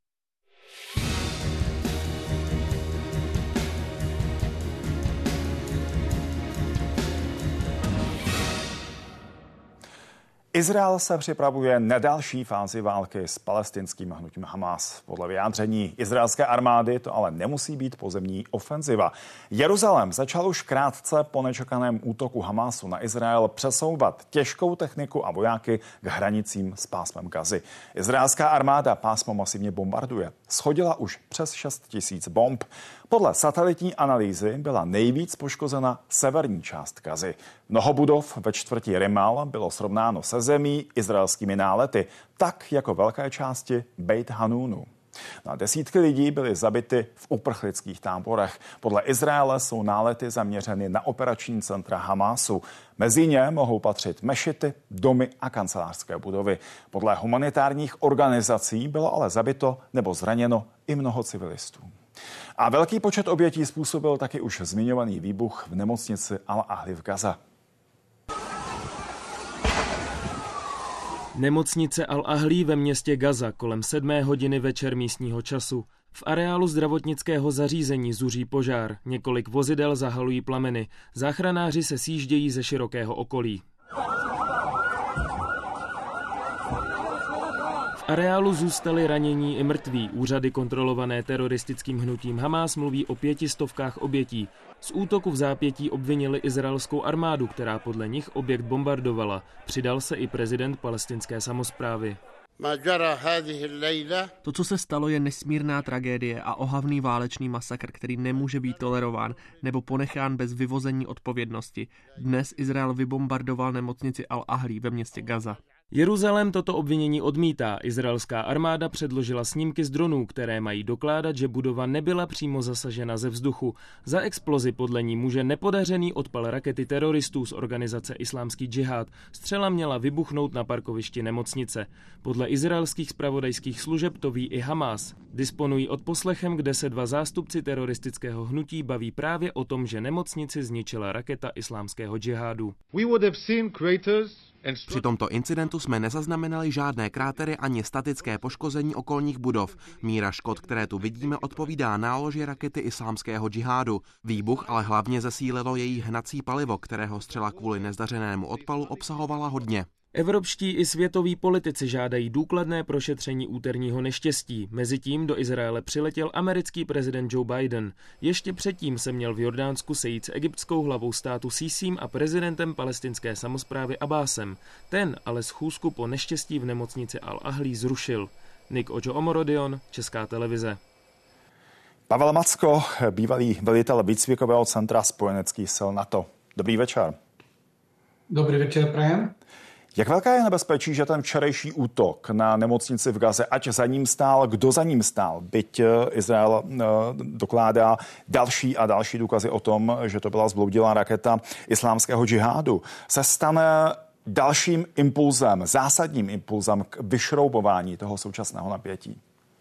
Izrael se připravuje na další fázi války s palestinským hnutím Hamas. Podle vyjádření izraelské armády to ale nemusí být pozemní ofenziva. Jeruzalém začal už krátce po nečekaném útoku Hamasu na Izrael přesouvat těžkou techniku a vojáky k hranicím s pásmem Gazy. Izraelská armáda pásmo masivně bombarduje. Shodila už přes šest tisíc bomb. Podle satelitní analýzy byla nejvíc poškozena severní část Gazy. Mnoho budov ve čtvrti Rimal bylo srovnáno se zemí izraelskými nálety, tak jako velké části Bejt Hanunu. No a desítky lidí byly zabity v uprchlických táborech. Podle Izraele jsou nálety zaměřeny na operační centra Hamasu. Mezi ně mohou patřit mešity, domy a kancelářské budovy. Podle humanitárních organizací bylo ale zabito nebo zraněno i mnoho civilistů. A velký počet obětí způsobil taky už zmiňovaný výbuch v nemocnici Al-Ahli v Gaze. Nemocnice Al-Ahli ve městě Gaza kolem sedmé hodiny večer místního času. V areálu zdravotnického zařízení zuří požár. Několik vozidel zahalují plameny. Záchranáři se sjíždějí ze širokého okolí. V areálu zůstali ranění i mrtví. Úřady kontrolované teroristickým hnutím Hamas mluví o pětistovkách obětí. Z útoku v zápětí obvinili izraelskou armádu, která podle nich objekt bombardovala. Přidal se i prezident palestinské samosprávy. To, co se stalo, je nesmírná tragédie a ohavný válečný masakr, který nemůže být tolerován nebo ponechán bez vyvození odpovědnosti. Dnes Izrael vybombardoval nemocnici Al-Ahli ve městě Gaza. Jeruzalém toto obvinění odmítá. Izraelská armáda předložila snímky z dronů, které mají dokládat, že budova nebyla přímo zasažena ze vzduchu. Za explozi podle ní může nepodařený odpal rakety teroristů z organizace Islámský džihad. Střela měla vybuchnout na parkovišti nemocnice. Podle izraelských zpravodajských služeb to ví i Hamas. Disponují odposlechem, kde se dva zástupci teroristického hnutí baví právě o tom, že nemocnici zničila raketa Islámského džihádu. Při tomto incidentu jsme nezaznamenali žádné krátery ani statické poškození okolních budov. Míra škod, které tu vidíme, odpovídá náloži rakety Islámského džihádu. Výbuch ale hlavně zesílilo její hnací palivo, kterého střela kvůli nezdařenému odpalu obsahovala hodně. Evropští i světoví politici žádají důkladné prošetření úterního neštěstí. Mezitím do Izraele přiletěl americký prezident Joe Biden. Ještě předtím se měl v Jordánsku sejít s egyptskou hlavou státu Sísím a prezidentem palestinské samosprávy Abbásem. Ten ale schůzku po neštěstí v nemocnici Al-Ahli zrušil. Nik Ojo Omorodion, Česká televize. Pavel Macko, bývalý velitel výcvikového centra spojeneckých sil NATO. Dobrý večer. Dobrý večer, prajem. Jak velká je nebezpečí, že ten včerejší útok na nemocnici v Gaze, ať za ním stál, kdo za ním stál, byť Izrael dokládá další a další důkazy o tom, že to byla zbloudilá raketa Islámského džihádu, se stane dalším impulzem, zásadním impulzem k vyšroubování toho současného napětí?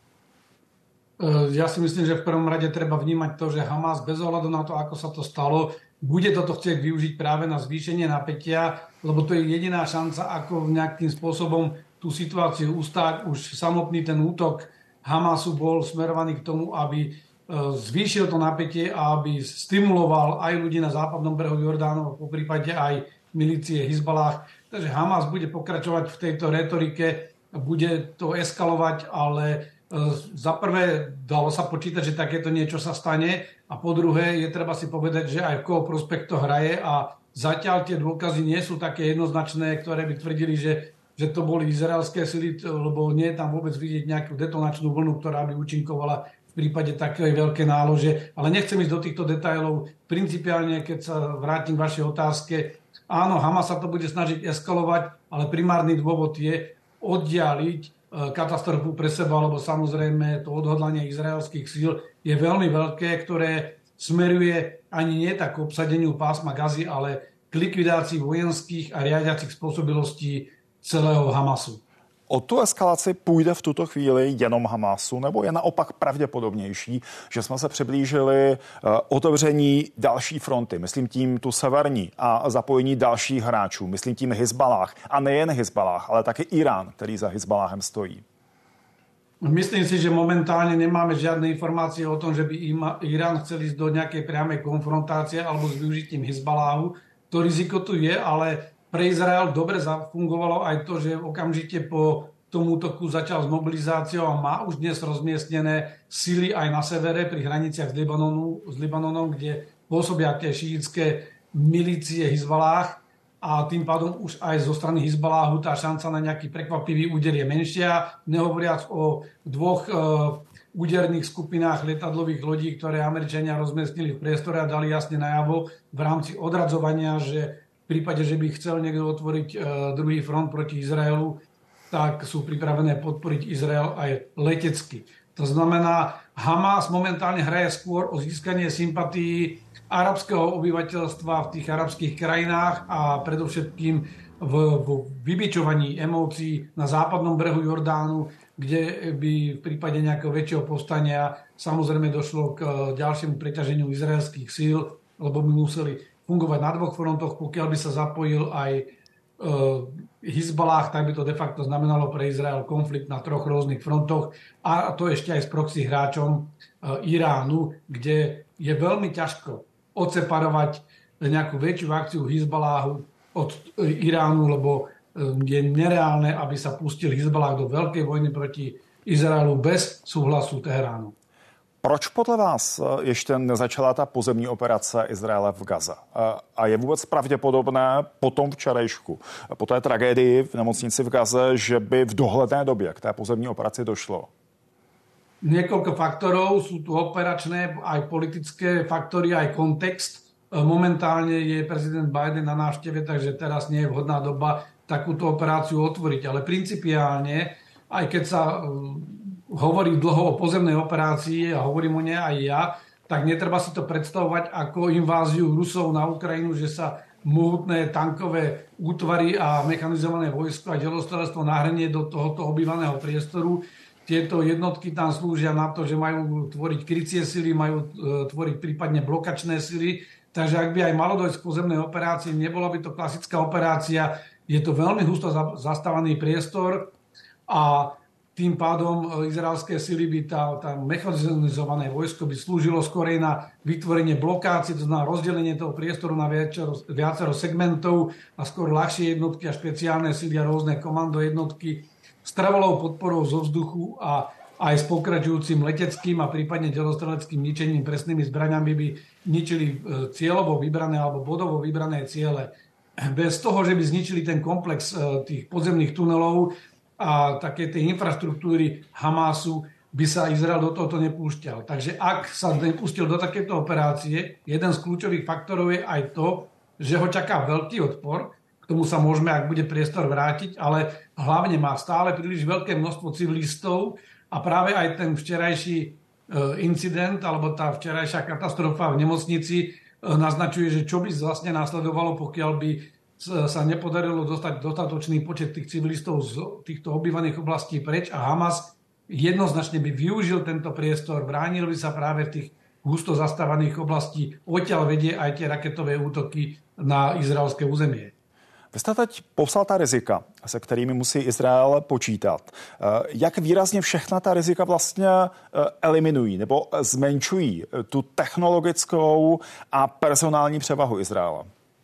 Ja si myslím, že v prvom rade treba vnímať to, že Hamas bez ohľadu na to, ako sa to stalo, bude toto chcieť využiť práve na zvýšenie napätia, lebo to je jediná šanca, ako nejakým spôsobom tú situáciu ustáť. Už samotný ten útok Hamasu bol smerovaný k tomu, aby zvýšil to napätie a aby stimuloval aj ľudí na západnom brehu Jordánu, po prípade aj milície Hizbalách. Takže Hamas bude pokračovať v tejto retorike, bude to eskalovať, ale za prvé dalo sa počítať, že takéto niečo sa stane a po druhé je treba si povedať, že aj v koho prospekt to hraje a zatiaľ tie dôkazy nie sú také jednoznačné, ktoré by tvrdili, že, že to boli izraelské sily, lebo nie je tam vôbec vidieť nejakú detonačnú vlnu, ktorá by účinkovala v prípade takej veľké nálože. Ale nechcem ísť do týchto detailov. Principiálne, keď sa vrátim k vašej otázke, áno, Hamas sa to bude snažiť eskalovať, ale primárny dôvod je oddialiť katastrofu pre seba, lebo samozrejme to odhodlanie izraelských síl je veľmi veľké, ktoré smeruje ani nie tak k obsadeniu pásma Gazy, ale k likvidácii vojenských a riadiacich spôsobilostí celého Hamasu. O tu eskalaci půjde v tuto chvíli jenom Hamasu, nebo je naopak pravděpodobnější, že jsme se přiblížili otevření další fronty, myslím tím tu severní, a zapojení dalších hráčů, myslím tím Hizballáh, a nejen Hizballáh, ale taky Irán, který za Hizballáhem stojí? Myslím si, že momentálne nemáme žiadne informácie o tom, že by Irán chcel ísť do nejakej priamej konfrontácie alebo s využitím Hizballáhu. To riziko tu je, ale pre Izrael dobre zafungovalo aj to, že okamžite po tom útoku začal s mobilizáciou a má už dnes rozmiestnené sily aj na severe pri hraniciach s, Libanonu, s Libanonom, kde pôsobia tie šiítske milície Hizballáh. A tým pádom už aj zo strany Hizballáhu tá šanca na nejaký prekvapivý úder je menšia. Nehovoriac o dvoch e, úderných skupinách lietadlových lodí, ktoré Američania rozmiestnili v priestore a dali jasne najavo v rámci odradzovania, že v prípade, že by chcel niekto otvoriť e, druhý front proti Izraelu, tak sú pripravené podporiť Izrael aj letecky. To znamená, Hamas momentálne hraje skôr o získanie sympatií arabského obyvateľstva v tých arabských krajinách a predovšetkým v, v vybičovaní emócií na západnom brehu Jordánu, kde by v prípade nejakého väčšieho povstania samozrejme došlo k ďalšiemu preťaženiu izraelských síl, lebo by museli fungovať na dvoch frontoch. Pokiaľ by sa zapojil aj e, Hizballáh, tak by to de facto znamenalo pre Izrael konflikt na troch rôznych frontoch a to ešte aj s proxy hráčom e, Iránu, kde je veľmi ťažko odseparovať nejakú väčšiu akciu Hizballáhu od Iránu, lebo je nereálne, aby sa pustil Hizballáh do veľkej vojny proti Izraelu bez súhlasu Teheránu. Proč podle vás ještě nezačala ta pozemní operace Izraele v Gaze? A je vůbec pravděpodobné po tom včerejšku, po té tragédii v nemocnici v Gaze, že by v dohledné době k té pozemní operaci došlo? Niekoľko faktorov, sú tu operačné, aj politické faktory, aj kontext. Momentálne je prezident Biden na návšteve, takže teraz nie je vhodná doba takúto operáciu otvoriť. Ale principiálne, aj keď sa hovorí dlho o pozemnej operácii a hovorím o nej aj ja, tak netreba si to predstavovať ako inváziu Rusov na Ukrajinu, že sa mohutné tankové útvary a mechanizované vojsko a delostrelectvo nahrnie do tohoto obývaného priestoru. Tieto jednotky tam slúžia na to, že majú tvoriť krycie sily, majú tvoriť prípadne blokačné sily. Takže ak by aj malo dojsť k pozemnej operácii, nebola by to klasická operácia. Je to veľmi husto zastávaný priestor a tým pádom izraelské sily by tá, tá mechanizované vojsko by slúžilo skorej na vytvorenie blokácie, to znamená rozdelenie toho priestoru na viacero, viacero segmentov a skôr ľahšie jednotky a špeciálne sily a rôzne komando jednotky s trvalou podporou zo vzduchu a aj s pokračujúcim leteckým a prípadne delostreleckým ničením presnými zbraňami by ničili cieľovo vybrané alebo bodovo vybrané ciele. Bez toho, že by zničili ten komplex tých podzemných tunelov a také tej infraštruktúry Hamasu, by sa Izrael do tohoto nepúšťal. Takže ak sa nepustil do takéto operácie, jeden z kľúčových faktorov je aj to, že ho čaká veľký odpor. K tomu sa môžeme, ak bude priestor, vrátiť, ale hlavne má stále príliš veľké množstvo civilistov a práve aj ten včerajší incident alebo tá včerajšia katastrofa v nemocnici naznačuje, že čo by vlastne následovalo, pokiaľ by sa nepodarilo dostať dostatočný počet tých civilistov z týchto obývaných oblastí preč a Hamas jednoznačne by využil tento priestor, bránil by sa práve v tých husto zastávaných oblastí, odtiaľ vedie aj tie raketové útoky na izraelské územie. Vy jste teď popsal ta rizika, se kterými musí Izrael počítat. Jak výrazně všechna ta rizika vlastně eliminují nebo zmenšují tu technologickou a personální převahu Izraela?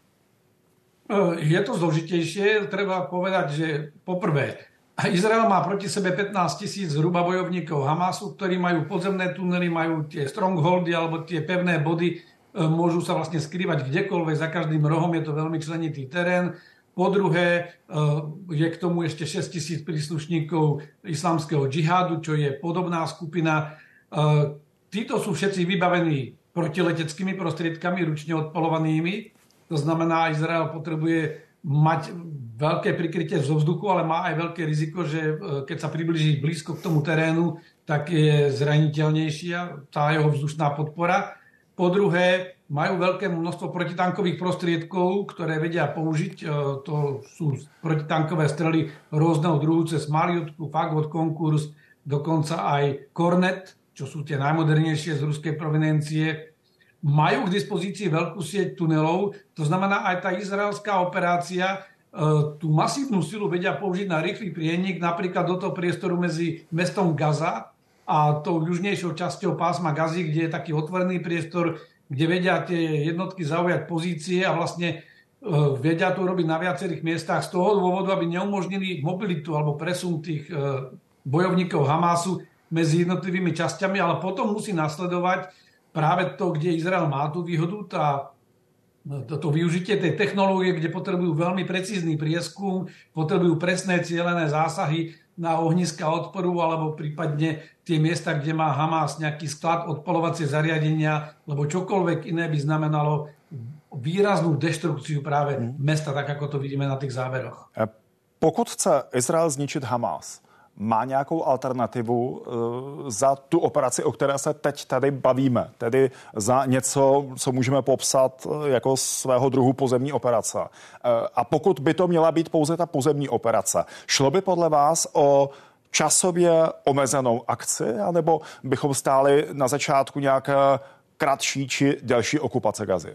Je to zložitejšie. Treba povedať, že poprvé, Izrael má proti sebe pätnásť tisíc zhruba bojovníkov Hamasu, ktorí majú podzemné tunely, majú tie strongholdy alebo tie pevné body, môžu sa vlastne skrývať kdekoľvek, za každým rohom je to veľmi členitý terén. Po druhé, je k tomu ešte šesť tisíc príslušníkov islamského džihádu, čo je podobná skupina. Títo sú všetci vybavení protileteckými prostriedkami, ručne odpalovanými. To znamená, Izrael potrebuje mať veľké prikrytie zo vzduchu, ale má aj veľké riziko, že keď sa priblíži blízko k tomu terénu, tak je zraniteľnejšia tá jeho vzdušná podpora. Po druhé, majú veľké množstvo protitankových prostriedkov, ktoré vedia použiť. To sú protitankové strely rôzneho druhu cez Maliutku, Fagot, Konkurs, dokonca aj Kornet, čo sú tie najmodernejšie z ruskej provenencie. Majú k dispozícii veľkú sieť tunelov, to znamená aj tá izraelská operácia tú masívnu silu vedia použiť na rýchly prienik, napríklad do toho priestoru medzi mestom Gaza a tou južnejšou časťou pásma Gazy, kde je taký otvorený priestor, kde vedia tie jednotky zaujať pozície a vlastne vedia to robiť na viacerých miestach z toho dôvodu, aby neumožnili mobilitu alebo presun tých bojovníkov Hamasu medzi jednotlivými časťami, ale potom musí nasledovať práve to, kde Izrael má tú výhodu, tá, to, to využitie tej technológie, kde potrebujú veľmi precízny prieskum, potrebujú presné cielené zásahy na ohniska odporu alebo prípadne tie miesta, kde má Hamas nejaký sklad, odpalovacie zariadenia, lebo čokoľvek iné by znamenalo výraznú deštrukciu práve mesta, tak ako to vidíme na tých záberoch. Pokud chce Izrael zničit Hamas, má nějakou alternativu za tu operaci, o které se teď tady bavíme, tedy za něco, co můžeme popsat jako svého druhu pozemní operace. A pokud by to měla být pouze ta pozemní operace, šlo by podle vás o časově omezenou akci, anebo bychom stáli na začátku nějaké kratší či delší okupace Gazy?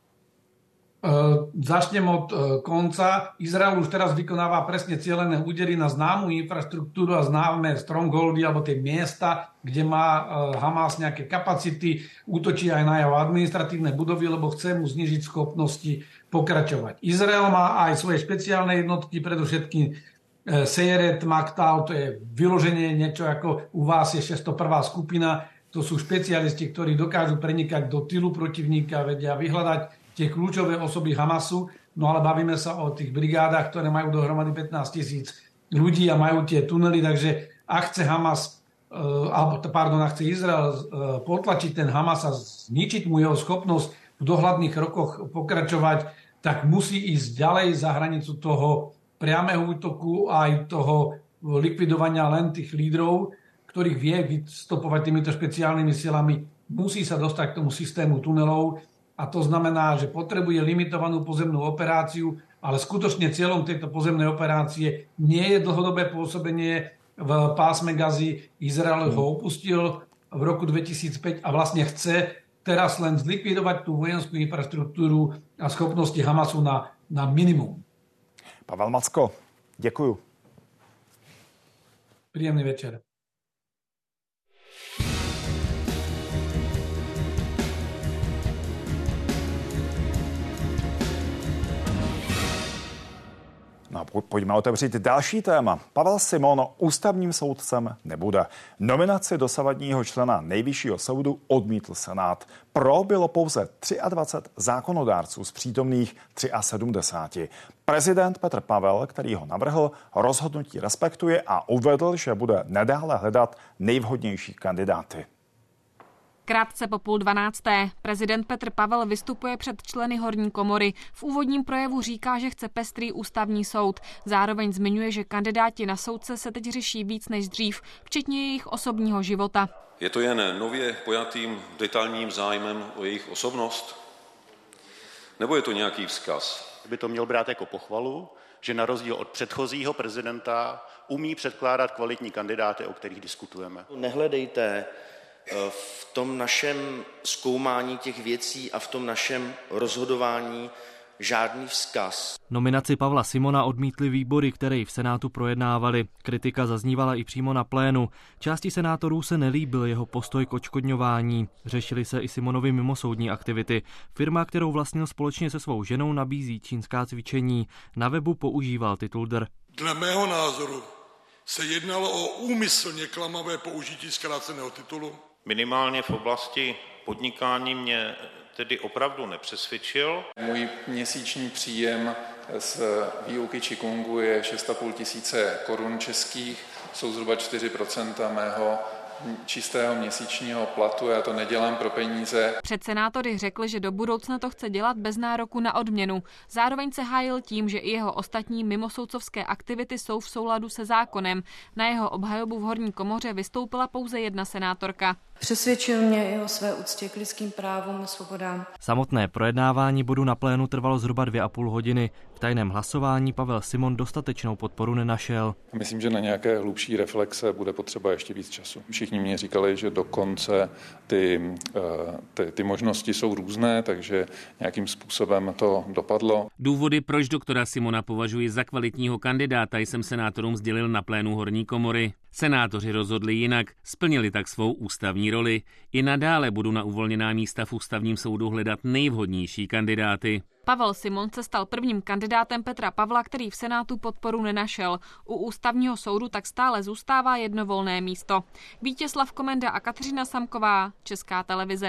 Začnem od konca. Izrael už teraz vykonáva presne cielené údery na známu infraštruktúru a známe strongholdy alebo tie miesta, kde má Hamas nejaké kapacity, útočí aj na jeho administratívne budovy, lebo chce mu znižiť schopnosti pokračovať. Izrael má aj svoje špeciálne jednotky, predovšetkým Sejeret, Maktal, to je vyloženie niečo ako u vás je šesťstoprvá skupina, to sú špecialisti, ktorí dokážu prenikať do tylu protivníka, vedia vyhľadať tie kľúčové osoby Hamasu, no ale bavíme sa o tých brigádach, ktoré majú dohromady pätnásť tisíc ľudí a majú tie tunely, takže ak chce Hamas, alebo pardon, ak chce Izrael potlačiť ten Hamas a zničiť mu jeho schopnosť v dohľadných rokoch pokračovať, tak musí ísť ďalej za hranicu toho priameho útoku aj toho likvidovania len tých lídrov, ktorých vie vystopovať týmito špeciálnymi silami. Musí sa dostať k tomu systému tunelov, a to znamená, že potrebuje limitovanú pozemnú operáciu, ale skutočne cieľom tejto pozemnej operácie nie je dlhodobé pôsobenie v pásme Gazy. Izrael ho opustil v roku dvetisícpäť a vlastne chce teraz len zlikvidovať tú vojenskú infraštruktúru a schopnosti Hamasu na, na minimum. Pavel Macko, děkuju. Príjemný večer. No, pojďme otevřít další téma. Pavel Simon ústavním soudcem nebude. Nominaci dosavadního člena Nejvyššího soudu odmítl Senát. Pro bylo pouze dvacet tři zákonodárců z přítomných sedmdesáti tři. Prezident Petr Pavel, který ho navrhl, rozhodnutí respektuje a uvedl, že bude nadále hledat nejvhodnější kandidáty. Krátce po půl dvanácté prezident Petr Pavel vystupuje před členy horní komory. V úvodním projevu říká, že chce pestrý ústavní soud. Zároveň zmiňuje, že kandidáti na soudce se teď řeší víc než dřív, včetně jejich osobního života. Je to jen nově pojatým detailním zájmem o jejich osobnost? Nebo je to nějaký vzkaz? By to měl brát jako pochvalu, že na rozdíl od předchozího prezidenta umí předkládat kvalitní kandidáty, o kterých diskutujeme. Nehledejte v tom našem zkoumání těch věcí a v tom našem rozhodování žádný vzkaz. Nominaci Pavla Simona odmítly výbory, které v Senátu projednávali. Kritika zaznívala i přímo na plénu. Části senátorů se nelíbil jeho postoj k odškodňování. Řešily se i Simonovy mimosoudní aktivity. Firma, kterou vlastnil společně se svou ženou, nabízí čínská cvičení. Na webu používal titul dr. Dle mého názoru se jednalo o úmyslně klamavé použití zkráceného titulu. Minimálně v oblasti podnikání mě tedy opravdu nepřesvědčil. Můj měsíční příjem z výuky qigongu je šest a půl tisíce korun českých, jsou zhruba čtyři procenta mého čistého měsíčního platu, já to nedělám pro peníze. Před senátory řekl, že do budoucna to chce dělat bez nároku na odměnu. Zároveň se hájil tím, že i jeho ostatní mimosoudcovské aktivity jsou v souladu se zákonem. Na jeho obhajobu v horní komoře vystoupila pouze jedna senátorka. Přesvědčil mě i o své úctě k lidským právům a svobodám. Samotné projednávání bodu na plénu trvalo zhruba dvě a půl hodiny. V tajném hlasování Pavel Simon dostatečnou podporu nenašel. Myslím, že na nějaké hlubší reflexe bude potřeba ještě víc času. Všichni mě říkali, že dokonce ty, ty, ty možnosti jsou různé, takže nějakým způsobem to dopadlo. Důvody, proč doktora Simona považuji za kvalitního kandidáta, jsem senátorům sdělil na plénu horní komory. Senátoři rozhodli jinak, splnili tak svou ústavní roli. I nadále budu na uvolněná místa v ústavním soudu hledat nejvhodnější kandidáty. Pavel Simon se stal prvním kandidátem Petra Pavla, který v Senátu podporu nenašel. U ústavního soudu tak stále zůstává jedno volné místo. Vítězslav Komenda a Kateřina Samková, Česká televize.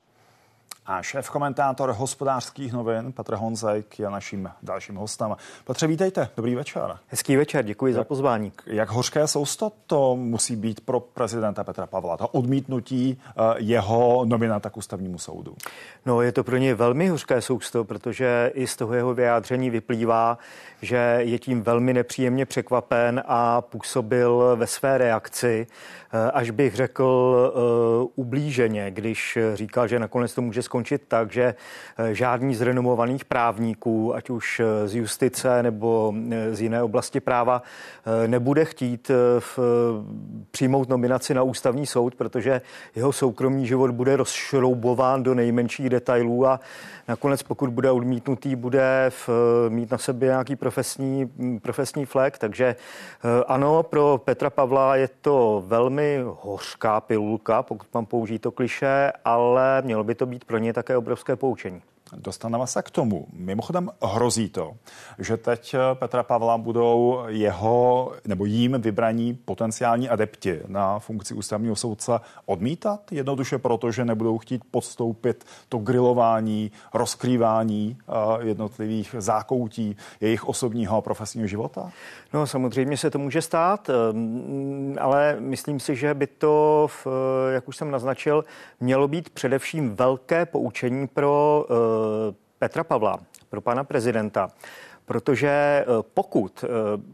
A šéf-komentátor Hospodářských novin Petr Honzajk je naším dalším hostem. Petře, vítejte, dobrý večer. Hezký večer, děkuji jak, za pozvání. Jak hořké sousto to musí být pro prezidenta Petra Pavla, to odmítnutí jeho nominanta k ústavnímu soudu? No, je to pro něj velmi hořké sousto, protože i z toho jeho vyjádření vyplývá, že je tím velmi nepříjemně překvapen a působil ve své reakci, až bych řekl, ublíženě, když říkal, že nakonec to může skončit tak, že žádný z renomovaných právníků, ať už z justice nebo z jiné oblasti práva, nebude chtít v, přijmout nominaci na ústavní soud, protože jeho soukromý život bude rozšroubován do nejmenších detailů a nakonec, pokud bude odmítnutý, bude v, mít na sobě nějaký profesní, profesní flek. Takže ano, pro Petra Pavla je to velmi hořká pilulka, pokud mám použít to klišé, ale mělo by to být pro ně také obrovské poučení. Dostaneme se k tomu. Mimochodem hrozí to, že teď Petra Pavla budou jeho nebo jím vybraní potenciální adepti na funkci ústavního soudce odmítat, jednoduše proto, že nebudou chtít podstoupit to grilování, rozkrývání jednotlivých zákoutí jejich osobního a profesního života? No, samozřejmě se to může stát, ale myslím si, že by to, jak už jsem naznačil, mělo být především velké poučení pro Petra Pavla, pro pana prezidenta, protože pokud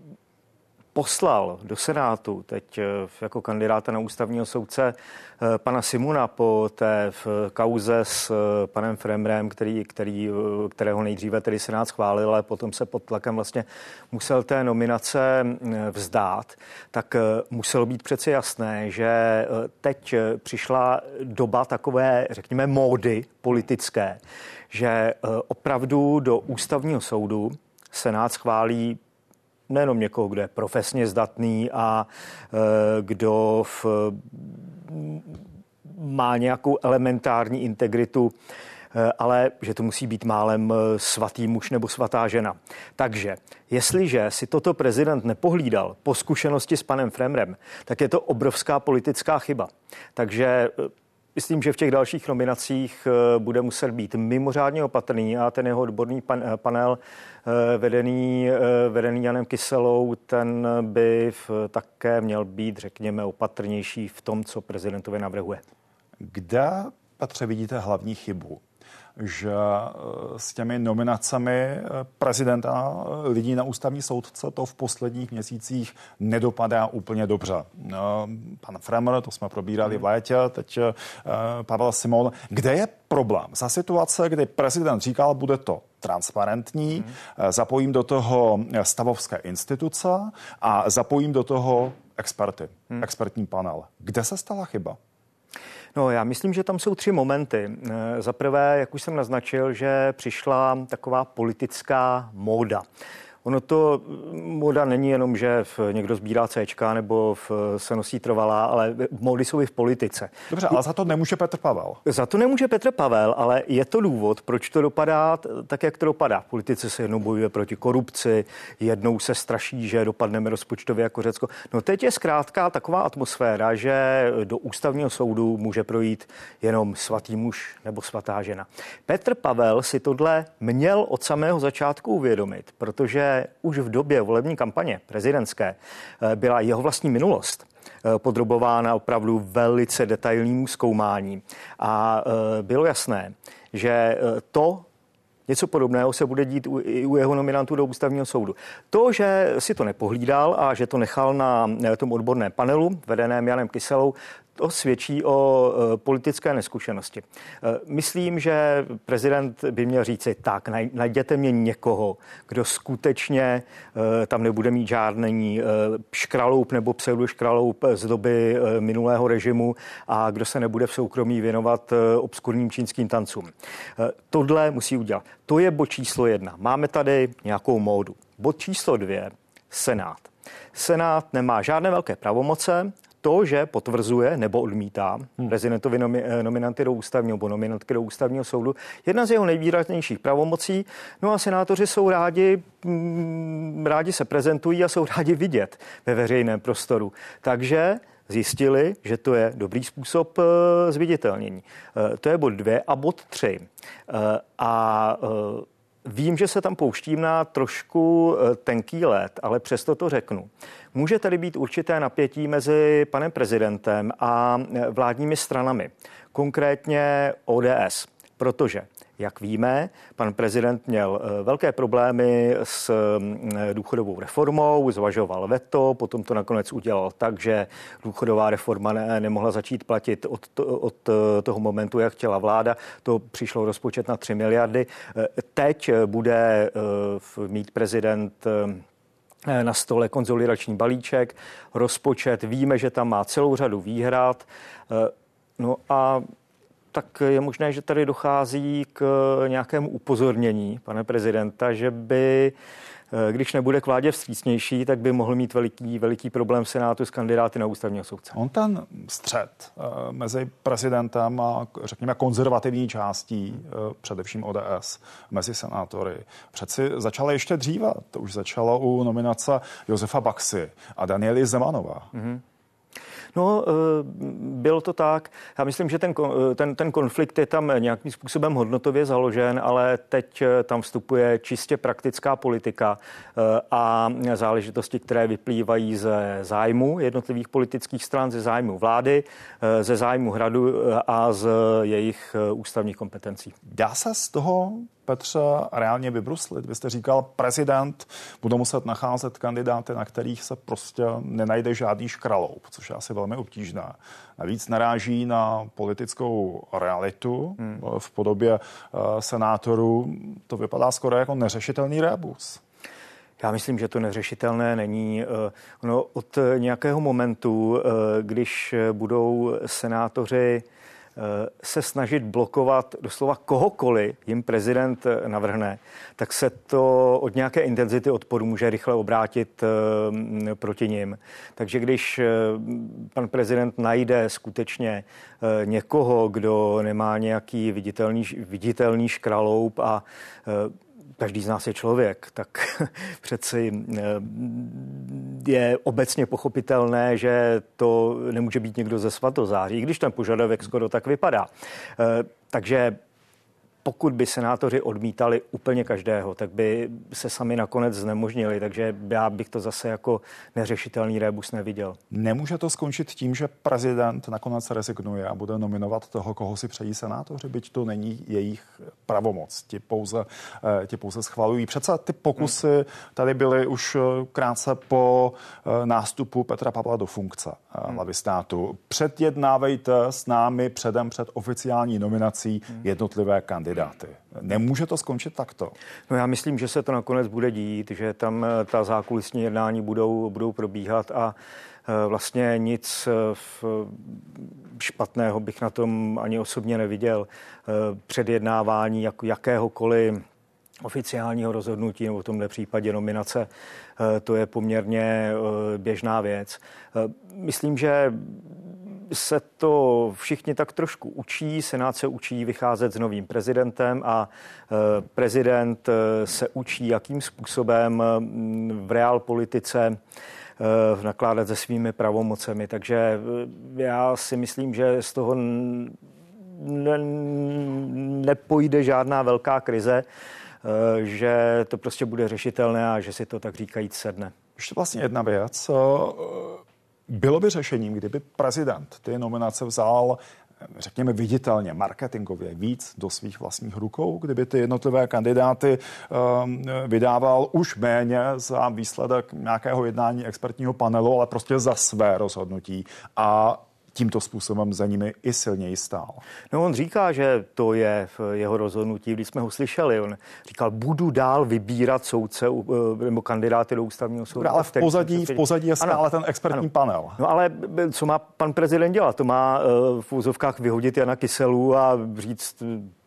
poslal do Senátu teď jako kandidáta na ústavního soudce pana Simona po té kauze s panem Fremrem, který, který, kterého nejdříve tedy Senát schválil, ale potom se pod tlakem vlastně musel té nominace vzdát, tak muselo být přece jasné, že teď přišla doba takové, řekněme, módy politické, že opravdu do ústavního soudu Senát schválí nejenom někoho, kdo je profesně zdatný a e, kdo v, má nějakou elementární integritu, e, ale že to musí být málem svatý muž nebo svatá žena. Takže jestliže si toto prezident nepohlídal po zkušenosti s panem Fremrem, tak je to obrovská politická chyba. Takže myslím, že v těch dalších nominacích bude muset být mimořádně opatrný a ten jeho odborný pan, panel vedený, vedený Janem Kyselou, ten by také měl být, řekněme, opatrnější v tom, co prezidentovi navrhuje. Kde, Petře, vidíte hlavní chybu? Že s těmi nominacemi prezidenta lidí na ústavní soudce to v posledních měsících nedopadá úplně dobře. Pan Fremr, to jsme probírali v létě, teď Pavel Simon. Kde je problém? Za situace, kdy prezident říkal, bude to transparentní, hmm. zapojím do toho stavovské instituce a zapojím do toho experty, hmm. expertní panel. Kde se stala chyba? No, já myslím, že tam jsou tři momenty. Za prvé, jak už jsem naznačil, že přišla taková politická móda. Ono to móda není jenom, že někdo sbírá Cčka nebo se nosí trvalá, ale módy jsou i v politice. Dobře, ale za to nemůže Petr Pavel. Za to nemůže Petr Pavel, ale je to důvod, proč to dopadá tak, jak to dopadá. V politice se jednou bojuje proti korupci, jednou se straší, že dopadneme rozpočtově jako Řecko. No teď je zkrátka taková atmosféra, že do ústavního soudu může projít jenom svatý muž nebo svatá žena. Petr Pavel si tohle měl od samého začátku uvědomit, protože že už v době volební kampaně prezidentské byla jeho vlastní minulost podrobována opravdu velice detailnímu zkoumání. A bylo jasné, že to, něco podobného se bude dít i u jeho nominantů do ústavního soudu. To, že si to nepohlídal a že to nechal na tom odborném panelu vedeném Janem Kyselou, to svědčí o politické neskušenosti. Myslím, že prezident by měl říci tak, najděte mě někoho, kdo skutečně tam nebude mít žádný škraloup nebo pseudoškraloup z doby minulého režimu a kdo se nebude v soukromí věnovat obskurním čínským tancům. Tohle musí udělat. To je bod číslo jedna. Máme tady nějakou módu. Bod číslo dvě, Senát. Senát nemá žádné velké pravomoce. To, že potvrzuje nebo odmítá hmm. prezidentovi nomi- nominanty do ústavního nebo nominantky do ústavního soudu, jedna z jeho nejvýraznějších pravomocí. No a senátoři jsou rádi, mm, rádi se prezentují a jsou rádi vidět ve veřejném prostoru. Takže zjistili, že to je dobrý způsob uh, zviditelnění. Uh, to je bod dvě a bod tři. Uh, a uh, Vím, že se tam pouštím na trošku tenký led, ale přesto to řeknu. Může tady být určité napětí mezi panem prezidentem a vládními stranami, konkrétně O D S, protože, jak víme, pan prezident měl velké problémy s důchodovou reformou, zvažoval veto, potom to nakonec udělal tak, že důchodová reforma ne, nemohla začít platit od, to, od toho momentu, jak chtěla vláda. To přišlo rozpočet na tři miliardy. Teď bude mít prezident na stole konsolidační balíček, rozpočet, víme, že tam má celou řadu výhrad. No a tak je možné, že tady dochází k nějakému upozornění pana prezidenta, že by, když nebude k vládě vstřícnější, tak by mohl mít veliký, veliký problém v Senátu s kandidáty na ústavního soudce. On ten střet mezi prezidentem a, řekněme, konzervativní částí, především O D S, mezi senátory, přeci začalo ještě dříve. To už začalo u nominace Josefa Baxy a Daniely Zemanova. Mm-hmm. No, bylo to tak. Já myslím, že ten, ten, ten konflikt je tam nějakým způsobem hodnotově založen, ale teď tam vstupuje čistě praktická politika a záležitosti, které vyplývají ze zájmu jednotlivých politických stran, ze zájmu vlády, ze zájmu hradu a z jejich ústavních kompetencí. Dá se z toho, Petře, reálně vybruslit? Vy jste říkal, prezident bude muset nacházet kandidáty, na kterých se prostě nenajde žádný škraloup, což je asi velmi obtížné. Navíc naráží na politickou realitu hmm. v podobě uh, senátorů. To vypadá skoro jako neřešitelný rébus. Já myslím, že to neřešitelné není. No, od nějakého momentu, když budou senátoři se snažit blokovat doslova kohokoliv jim prezident navrhne, tak se to od nějaké intenzity odporu může rychle obrátit proti nim. Takže když pan prezident najde skutečně někoho, kdo nemá nějaký viditelný, viditelný škraloup a každý z nás je člověk, tak přeci je obecně pochopitelné, že to nemůže být někdo ze Svatozáří, i když ten požadavek skoro tak vypadá. Takže pokud by senátoři odmítali úplně každého, tak by se sami nakonec znemožnili, takže já bych to zase jako neřešitelný rébus neviděl. Nemůže to skončit tím, že prezident nakonec rezignuje a bude nominovat toho, koho si přejí senátoři, byť to není jejich pravomoc. Ti pouze, ti pouze schvalují. Přece ty pokusy tady byly už krátce po nástupu Petra Pavla do funkce hlavy státu. Předjednávejte s námi předem před oficiální nominací jednotlivé kandidáty. Nemůže to skončit takto? No já myslím, že se to nakonec bude dít, že tam ta zákulisní jednání budou, budou probíhat a vlastně nic špatného bych na tom ani osobně neviděl. Předjednávání jak, jakéhokoliv oficiálního rozhodnutí nebo v tomhle případě nominace, to je poměrně běžná věc. Myslím, že se to všichni tak trošku učí, Senát se učí vycházet s novým prezidentem a prezident se učí, jakým způsobem v realpolitice nakládat se svými pravomocemi. Takže já si myslím, že z toho ne, nepojde žádná velká krize. že to prostě bude řešitelné a že si to tak říkajíc sedne. Ještě vlastně jedna věc. Bylo by řešením, kdyby prezident ty nominace vzal, řekněme, viditelně, marketingově víc do svých vlastních rukou, kdyby ty jednotlivé kandidáty um, vydával už méně za výsledek nějakého jednání expertního panelu, ale prostě za své rozhodnutí a tímto způsobem za nimi i silněji stál. No on říká, že to je v jeho rozhodnutí, když jsme ho slyšeli. On říkal, budu dál vybírat soudce nebo kandidáty do ústavního soudu. Ale v pozadí, v pozadí je stále ano, ten expertní ano. panel. No ale co má pan prezident dělat? To má v úzovkách vyhodit Jana Kyselu a říct,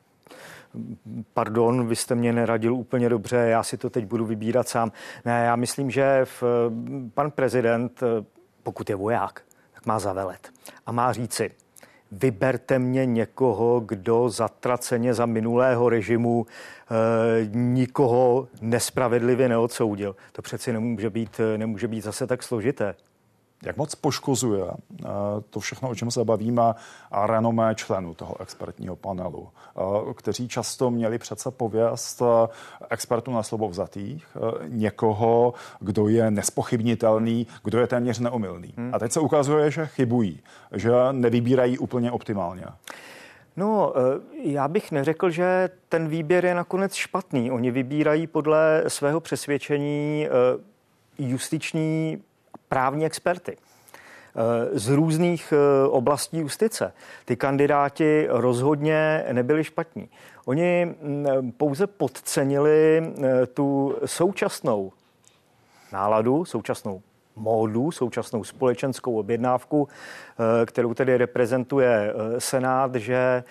pardon, vy jste mě neradil úplně dobře, já si to teď budu vybírat sám. Ne, já myslím, že v, pan prezident, pokud je voják, má zavelet a má říci, vyberte mě někoho, kdo zatraceně za minulého režimu e, nikoho nespravedlivě neodsoudil. To přeci nemůže být, nemůže být zase tak složité. Jak moc poškozuje to všechno, o čem se bavíme, a renomé členů toho expertního panelu, kteří často měli přece pověst expertů na slovo vzatých, někoho, kdo je nespochybnitelný, kdo je téměř neomylný. Hmm. A teď se ukazuje, že chybují, že nevybírají úplně optimálně. No, já bych neřekl, že ten výběr je nakonec špatný. Oni vybírají podle svého přesvědčení justiční právní experty z různých oblastí justice. Ty kandidáti rozhodně nebyli špatní. Oni pouze podcenili tu současnou náladu, současnou módu, současnou společenskou objednávku, kterou tedy reprezentuje Senát, že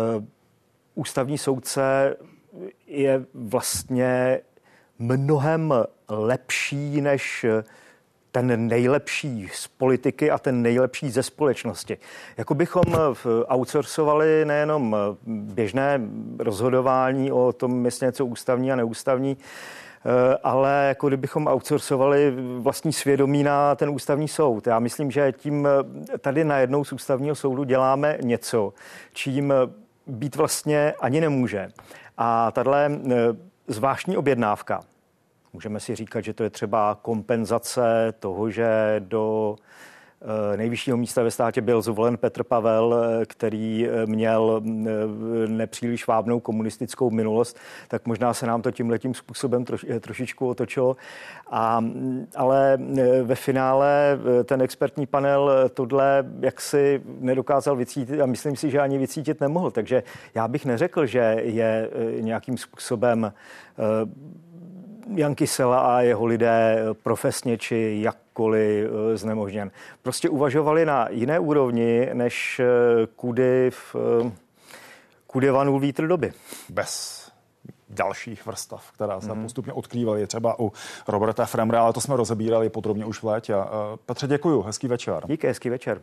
ústavní soudce je vlastně mnohem lepší než ten nejlepší z politiky a ten nejlepší ze společnosti. Jako bychom outsourcovali nejenom běžné rozhodování o tom, jestli něco ústavní a neústavní, ale jako kdybychom outsourcovali vlastní svědomí na ten ústavní soud. Já myslím, že tím tady najednou z ústavního soudu děláme něco, čím být vlastně ani nemůže. A tahle zvláštní objednávka, můžeme si říkat, že to je třeba kompenzace toho, že do nejvyššího místa ve státě byl zvolen Petr Pavel, který měl nepříliš vábnou komunistickou minulost, tak možná se nám to tímhletím způsobem troš, trošičku otočilo. A, ale ve finále ten expertní panel tohle jaksi nedokázal vycítit a myslím si, že ani vycítit nemohl. Takže já bych neřekl, že je nějakým způsobem Jan Kysela a jeho lidé profesně či jakkoliv znemožněn. Prostě uvažovali na jiné úrovni, než kudy, v, kudy vanul vítr doby. Bez dalších vrstav, která se mm. postupně odkrývaly, třeba u Roberta Fremra, ale to jsme rozebírali podrobně už v létě. Petře, děkuju, hezký večer. Díky, hezký večer.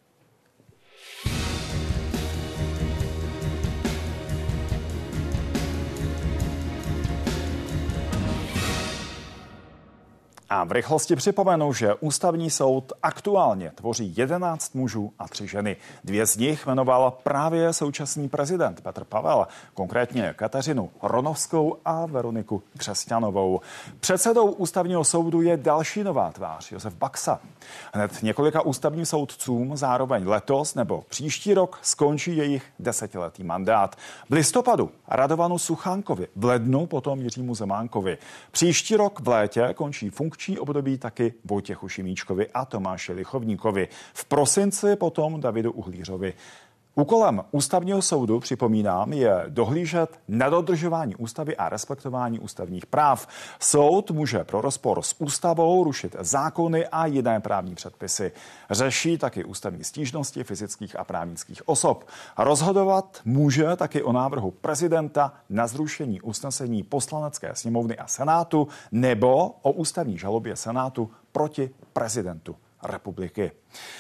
A v rychlosti připomenu, že ústavní soud aktuálně tvoří jedenáct mužů a tři ženy. Dvě z nich jmenoval právě současný prezident Petr Pavel, konkrétně Kateřinu Hronovskou a Veroniku Křesťanovou. Předsedou ústavního soudu je další nová tvář, Josef Baxa. Hned několika ústavním soudcům zároveň letos nebo příští rok skončí jejich desetiletý mandát. V listopadu Radovanu Suchánkovi, v lednu potom Jiřímu Zemánkovi. Příští rok v létě končí funkční období taky Vojtěchu Šimíčkovi a Tomáši Lichovníkovi. V prosinci potom Davidu Uhlířovi. Úkolem ústavního soudu, připomínám, je dohlížet na dodržování ústavy a respektování ústavních práv. Soud může pro rozpor s ústavou rušit zákony a jiné právní předpisy. Řeší taky ústavní stížnosti fyzických a právnických osob. Rozhodovat může taky o návrhu prezidenta na zrušení usnesení Poslanecké sněmovny a Senátu nebo o ústavní žalobě Senátu proti prezidentu republiky.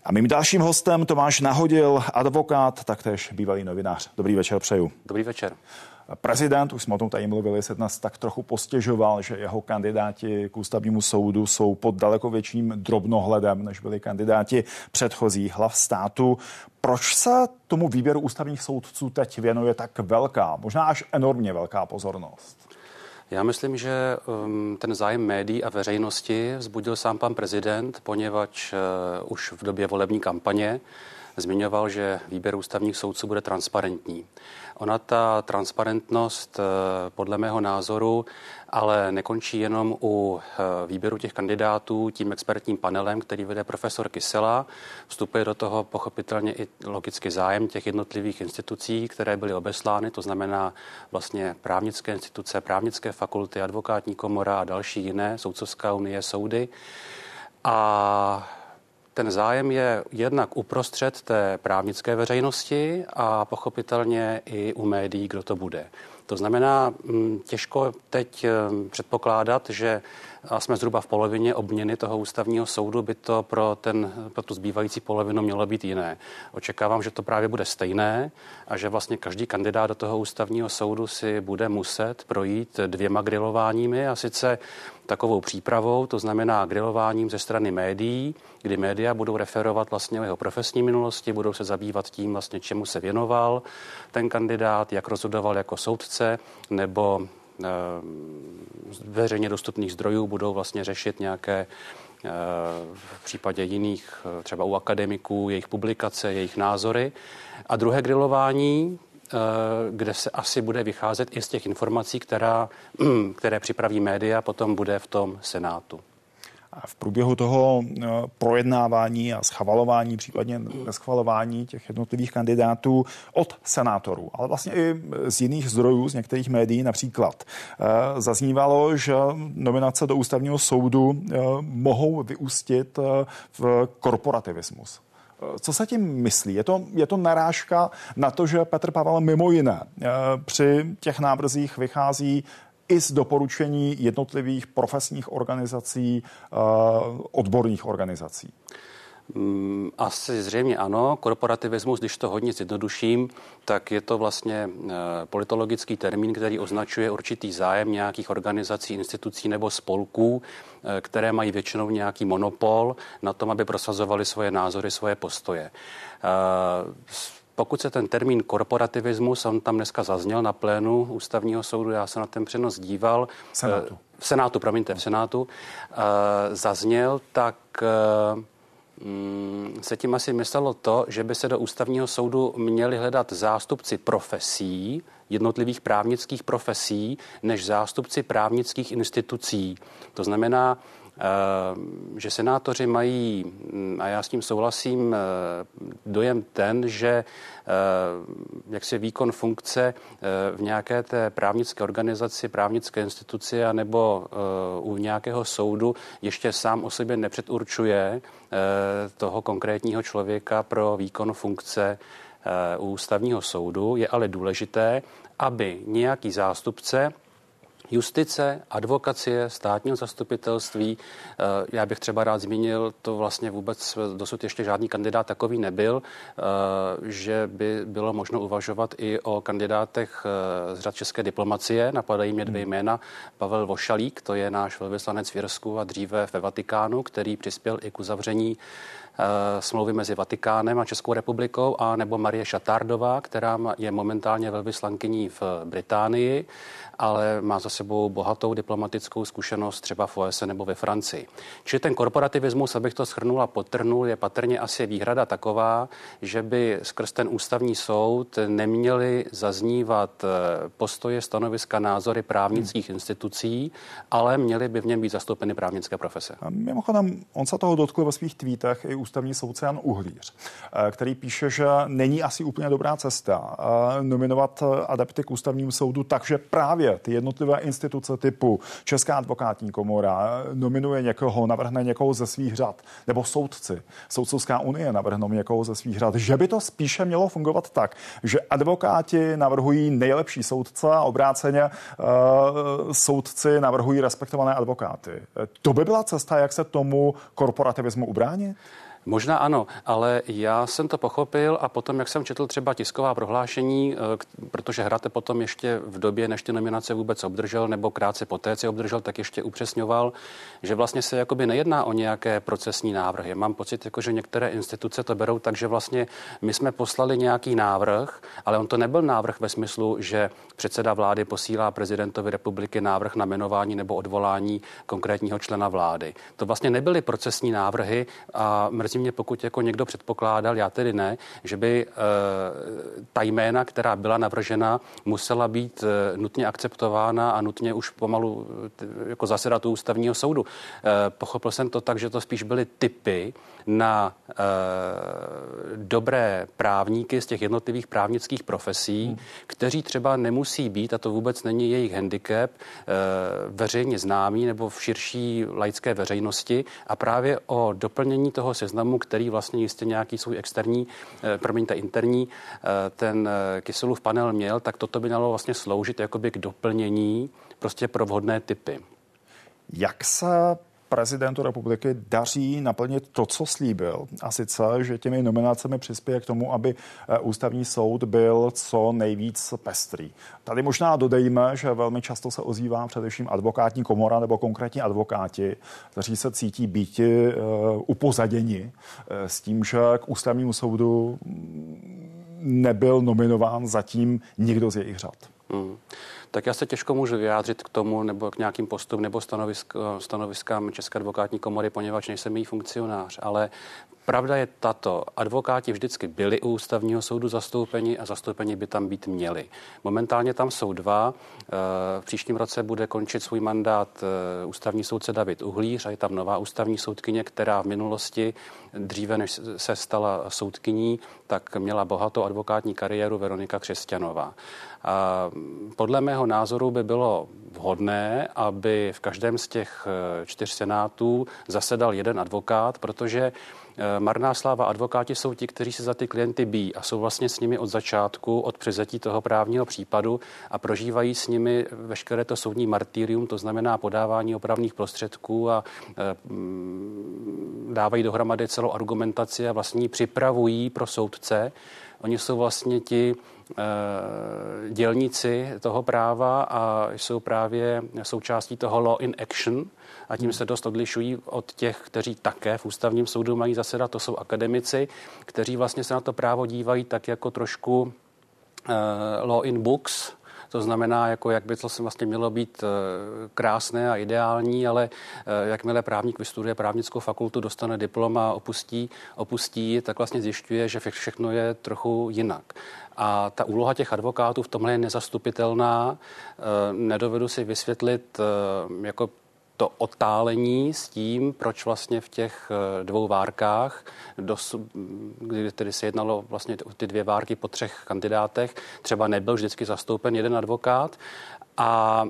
A mým dalším hostem Tomáš Nahodil, advokát, taktéž bývalý novinář. Dobrý večer přeju. Dobrý večer. Prezident, už jsme o tom tady mluvili, se dnes tak trochu postěžoval, že jeho kandidáti k ústavnímu soudu jsou pod daleko větším drobnohledem, než byli kandidáti předchozích hlav státu. Proč se tomu výběru ústavních soudců teď věnuje tak velká, možná až enormně velká pozornost? Já myslím, že um, ten zájem médií a veřejnosti vzbudil sám pan prezident, poněvadž uh, už v době volební kampaně zmiňoval, že výběr ústavních soudců bude transparentní. Ona ta transparentnost podle mého názoru ale nekončí jenom u výběru těch kandidátů tím expertním panelem, který vede profesor Kysela. Vstupuje do toho pochopitelně i logicky zájem těch jednotlivých institucí, které byly obeslány, to znamená vlastně právnické instituce, právnické fakulty, advokátní komora a další jiné, soudcovská unie, soudy. A ten zájem je jednak uprostřed té právnické veřejnosti a pochopitelně i u médií, kdo to bude. To znamená, těžko teď předpokládat, že a jsme zhruba v polovině obměny toho ústavního soudu, by to pro, ten, pro tu zbývající polovinu mělo být jiné. Očekávám, že to právě bude stejné a že vlastně každý kandidát do toho ústavního soudu si bude muset projít dvěma grilováními, a sice takovou přípravou, to znamená grilováním ze strany médií, kdy média budou referovat vlastně o jeho profesní minulosti, budou se zabývat tím vlastně, čemu se věnoval ten kandidát, jak rozhodoval jako soudce, nebo veřejně dostupných zdrojů budou vlastně řešit nějaké v případě jiných, třeba u akademiků, jejich publikace, jejich názory. A druhé grilování, kde se asi bude vycházet i z těch informací, která, které připraví média, potom bude v tom Senátu. A v průběhu toho projednávání a schvalování, případně neschvalování těch jednotlivých kandidátů od senátorů, ale vlastně i z jiných zdrojů, z některých médií například, zaznívalo, že nominace do ústavního soudu mohou vyústit v korporativismus. Co se tím myslí? Je to, je to narážka na to, že Petr Pavel mimo jiné při těch návrzích vychází i z doporučení jednotlivých profesních organizací, odborných organizací? Asi zřejmě ano. Korporativismus, když to hodně zjednoduším, tak je to vlastně politologický termín, který označuje určitý zájem nějakých organizací, institucí nebo spolků, které mají většinou nějaký monopol na tom, aby prosazovali svoje názory, svoje postoje. Pokud se ten termín korporativismus, on tam dneska zazněl na plénu ústavního soudu, já se na ten přenos díval. Senátu. V Senátu, promiňte, v Senátu. Zazněl, tak se tím asi myslelo to, že by se do ústavního soudu měli hledat zástupci profesí, jednotlivých právnických profesí, než zástupci právnických institucí. To znamená, že senátoři mají, a já s tím souhlasím, dojem ten, že jak se výkon funkce v nějaké té právnické organizaci, právnické instituci a nebo u nějakého soudu ještě sám o sobě nepředurčuje toho konkrétního člověka pro výkon funkce u ústavního soudu. Je ale důležité, aby nějaký zástupce justice, advokacie, státního zastupitelství, já bych třeba rád zmínil, to vlastně vůbec dosud ještě žádný kandidát takový nebyl, že by bylo možno uvažovat i o kandidátech z řad české diplomacie. Napadají mě dvě jména. Pavel Vošalík, to je náš velvyslanec v Irsku a dříve ve Vatikánu, který přispěl i k uzavření smlouvy mezi Vatikánem a Českou republikou, a nebo Marie Šatardová, která je momentálně velvyslankyní v Británii, ale má za sebou bohatou diplomatickou zkušenost třeba v O S N nebo ve Francii. Čili ten korporativismus, abych to shrnul a podtrhnul, je patrně asi výhrada taková, že by skrz ten ústavní soud neměly zaznívat postoje, stanoviska, názory právnických hmm. institucí, ale měly by v něm být zastoupeny právnické profese. A mimochodem, on se toho dotkl ve svých tweetech i ústavní soudce Jan Uhlíř, který píše, že není asi úplně dobrá cesta nominovat adepty k ústavnímu soudu, takže právě ty jednotlivé instituce typu Česká advokátní komora nominuje někoho, navrhne někoho ze svých řad, nebo soudci, Soudcovská unie navrhnou někoho ze svých řad, že by to spíše mělo fungovat tak, že advokáti navrhují nejlepší soudce a obráceně uh, soudci navrhují respektované advokáty. To by byla cesta, jak se tomu korporativismu ubránit? Možná ano, ale já jsem to pochopil a potom, jak jsem četl třeba tisková prohlášení, protože Hrate potom ještě v době, než ty nominace vůbec obdržel, nebo krátce poté, co obdržel, tak ještě upřesňoval, že vlastně se jakoby nejedná o nějaké procesní návrhy. Mám pocit, jako, že některé instituce to berou tak, že vlastně my jsme poslali nějaký návrh, ale on to nebyl návrh ve smyslu, že předseda vlády posílá prezidentovi republiky návrh na jmenování nebo odvolání konkrétního člena vlády. To vlastně nebyly procesní návrhy a mrzí mě, pokud jako někdo předpokládal, já tedy ne, že by e, ta jména, která byla navržena, musela být e, nutně akceptována a nutně už pomalu t, jako zasedat u ústavního soudu. E, pochopil jsem to tak, že to spíš byly tipy na e, dobré právníky z těch jednotlivých právnických profesí, hmm. kteří třeba nemusí být, a to vůbec není jejich handicap, e, veřejně známí nebo v širší laické veřejnosti a právě o doplnění toho seznamu, který vlastně jistě nějaký svůj externí, e, promiňte, interní, e, ten Kyselův panel měl, tak toto by mělo vlastně sloužit jakoby k doplnění prostě pro vhodné typy. Jak se prezidentu republiky daří naplnit to, co slíbil, a sice, že těmi nominacemi přispěje k tomu, aby ústavní soud byl co nejvíc pestrý. Tady možná dodejme, že velmi často se ozývá především advokátní komora nebo konkrétní advokáti, kteří se cítí býti uh, upozaděni uh, s tím, že k ústavnímu soudu nebyl nominován zatím nikdo z jejich řad. Hmm. Tak já se těžko můžu vyjádřit k tomu nebo k nějakým postupům nebo stanovisk, stanoviskám České advokátní komory, poněvadž nejsem její funkcionář, ale pravda je tato. Advokáti vždycky byli u ústavního soudu zastoupeni a zastoupeni by tam být měli. Momentálně tam jsou dva. V příštím roce bude končit svůj mandát ústavní soudce David Uhlíř a je tam nová ústavní soudkyně, která v minulosti, dříve než se stala soudkyní, tak měla bohatou advokátní kariéru Veronika Křesťanová. A podle mého názoru by bylo vhodné, aby v každém z těch čtyř senátů zasedal jeden advokát, protože marná sláva advokáti jsou ti, kteří se za ty klienty bijí a jsou vlastně s nimi od začátku, od převzetí toho právního případu a prožívají s nimi veškeré to soudní martyrium, to znamená podávání opravných prostředků a e, dávají dohromady celou argumentaci a vlastně připravují pro soudce. Oni jsou vlastně ti e, dělníci toho práva a jsou právě součástí toho law in action a tím se dost odlišují od těch, kteří také v ústavním soudu mají zasedat. To jsou akademici, kteří vlastně se na to právo dívají tak jako trošku e, law in books. To znamená, jako jak by to vlastně mělo být krásné a ideální, ale jakmile právník vystuduje právnickou fakultu, dostane diplom a opustí, opustí, tak vlastně zjišťuje, že všechno je trochu jinak. A ta úloha těch advokátů v tomhle je nezastupitelná. Nedovedu si vysvětlit jako to otálení s tím, proč vlastně v těch dvou várkách, kdy tedy se jednalo vlastně ty dvě várky po třech kandidátech, třeba nebyl vždycky zastoupen jeden advokát a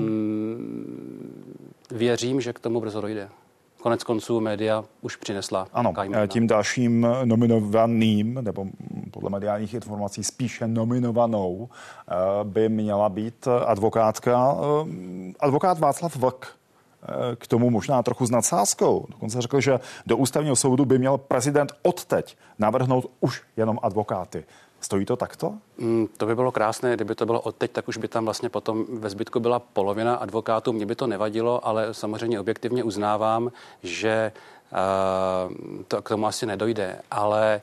mm, věřím, že k tomu brzo dojde. Konec konců média už přinesla. Ano, tím dalším nominovaným, nebo podle mediálních informací spíše nominovanou, by měla být advokátka, advokát Václav Vlk. K tomu možná trochu s nadsázkou. Dokonce řekl, že do ústavního soudu by měl prezident odteď navrhnout už jenom advokáty. Stojí to takto? Mm, to by bylo krásné, kdyby to bylo odteď, tak už by tam vlastně potom ve zbytku byla polovina advokátů. Mně by to nevadilo, ale samozřejmě objektivně uznávám, že uh, to k tomu asi nedojde. Ale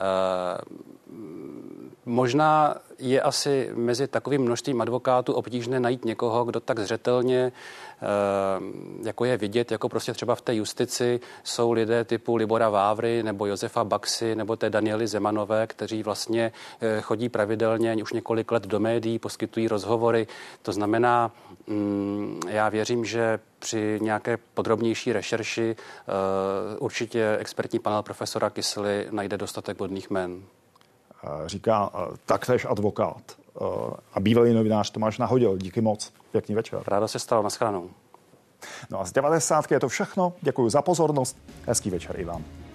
uh, možná je asi mezi takovým množstvím advokátů obtížné najít někoho, kdo tak zřetelně, jako je vidět, jako prostě třeba v té justici jsou lidé typu Libora Vávry nebo Josefa Baxy nebo té Daniely Zemanové, kteří vlastně chodí pravidelně už několik let do médií, poskytují rozhovory. To znamená, já věřím, že při nějaké podrobnější rešerši určitě expertní panel profesora Kysely najde dostatek vhodných jmen. Říká taktéž advokát a bývalý novinář Tomáš Nahodil. Díky moc. Pěkný večer. Ráda se stalo. Naschledanou. No a z devadesátky je to všechno. Děkuji za pozornost. Hezký večer i vám.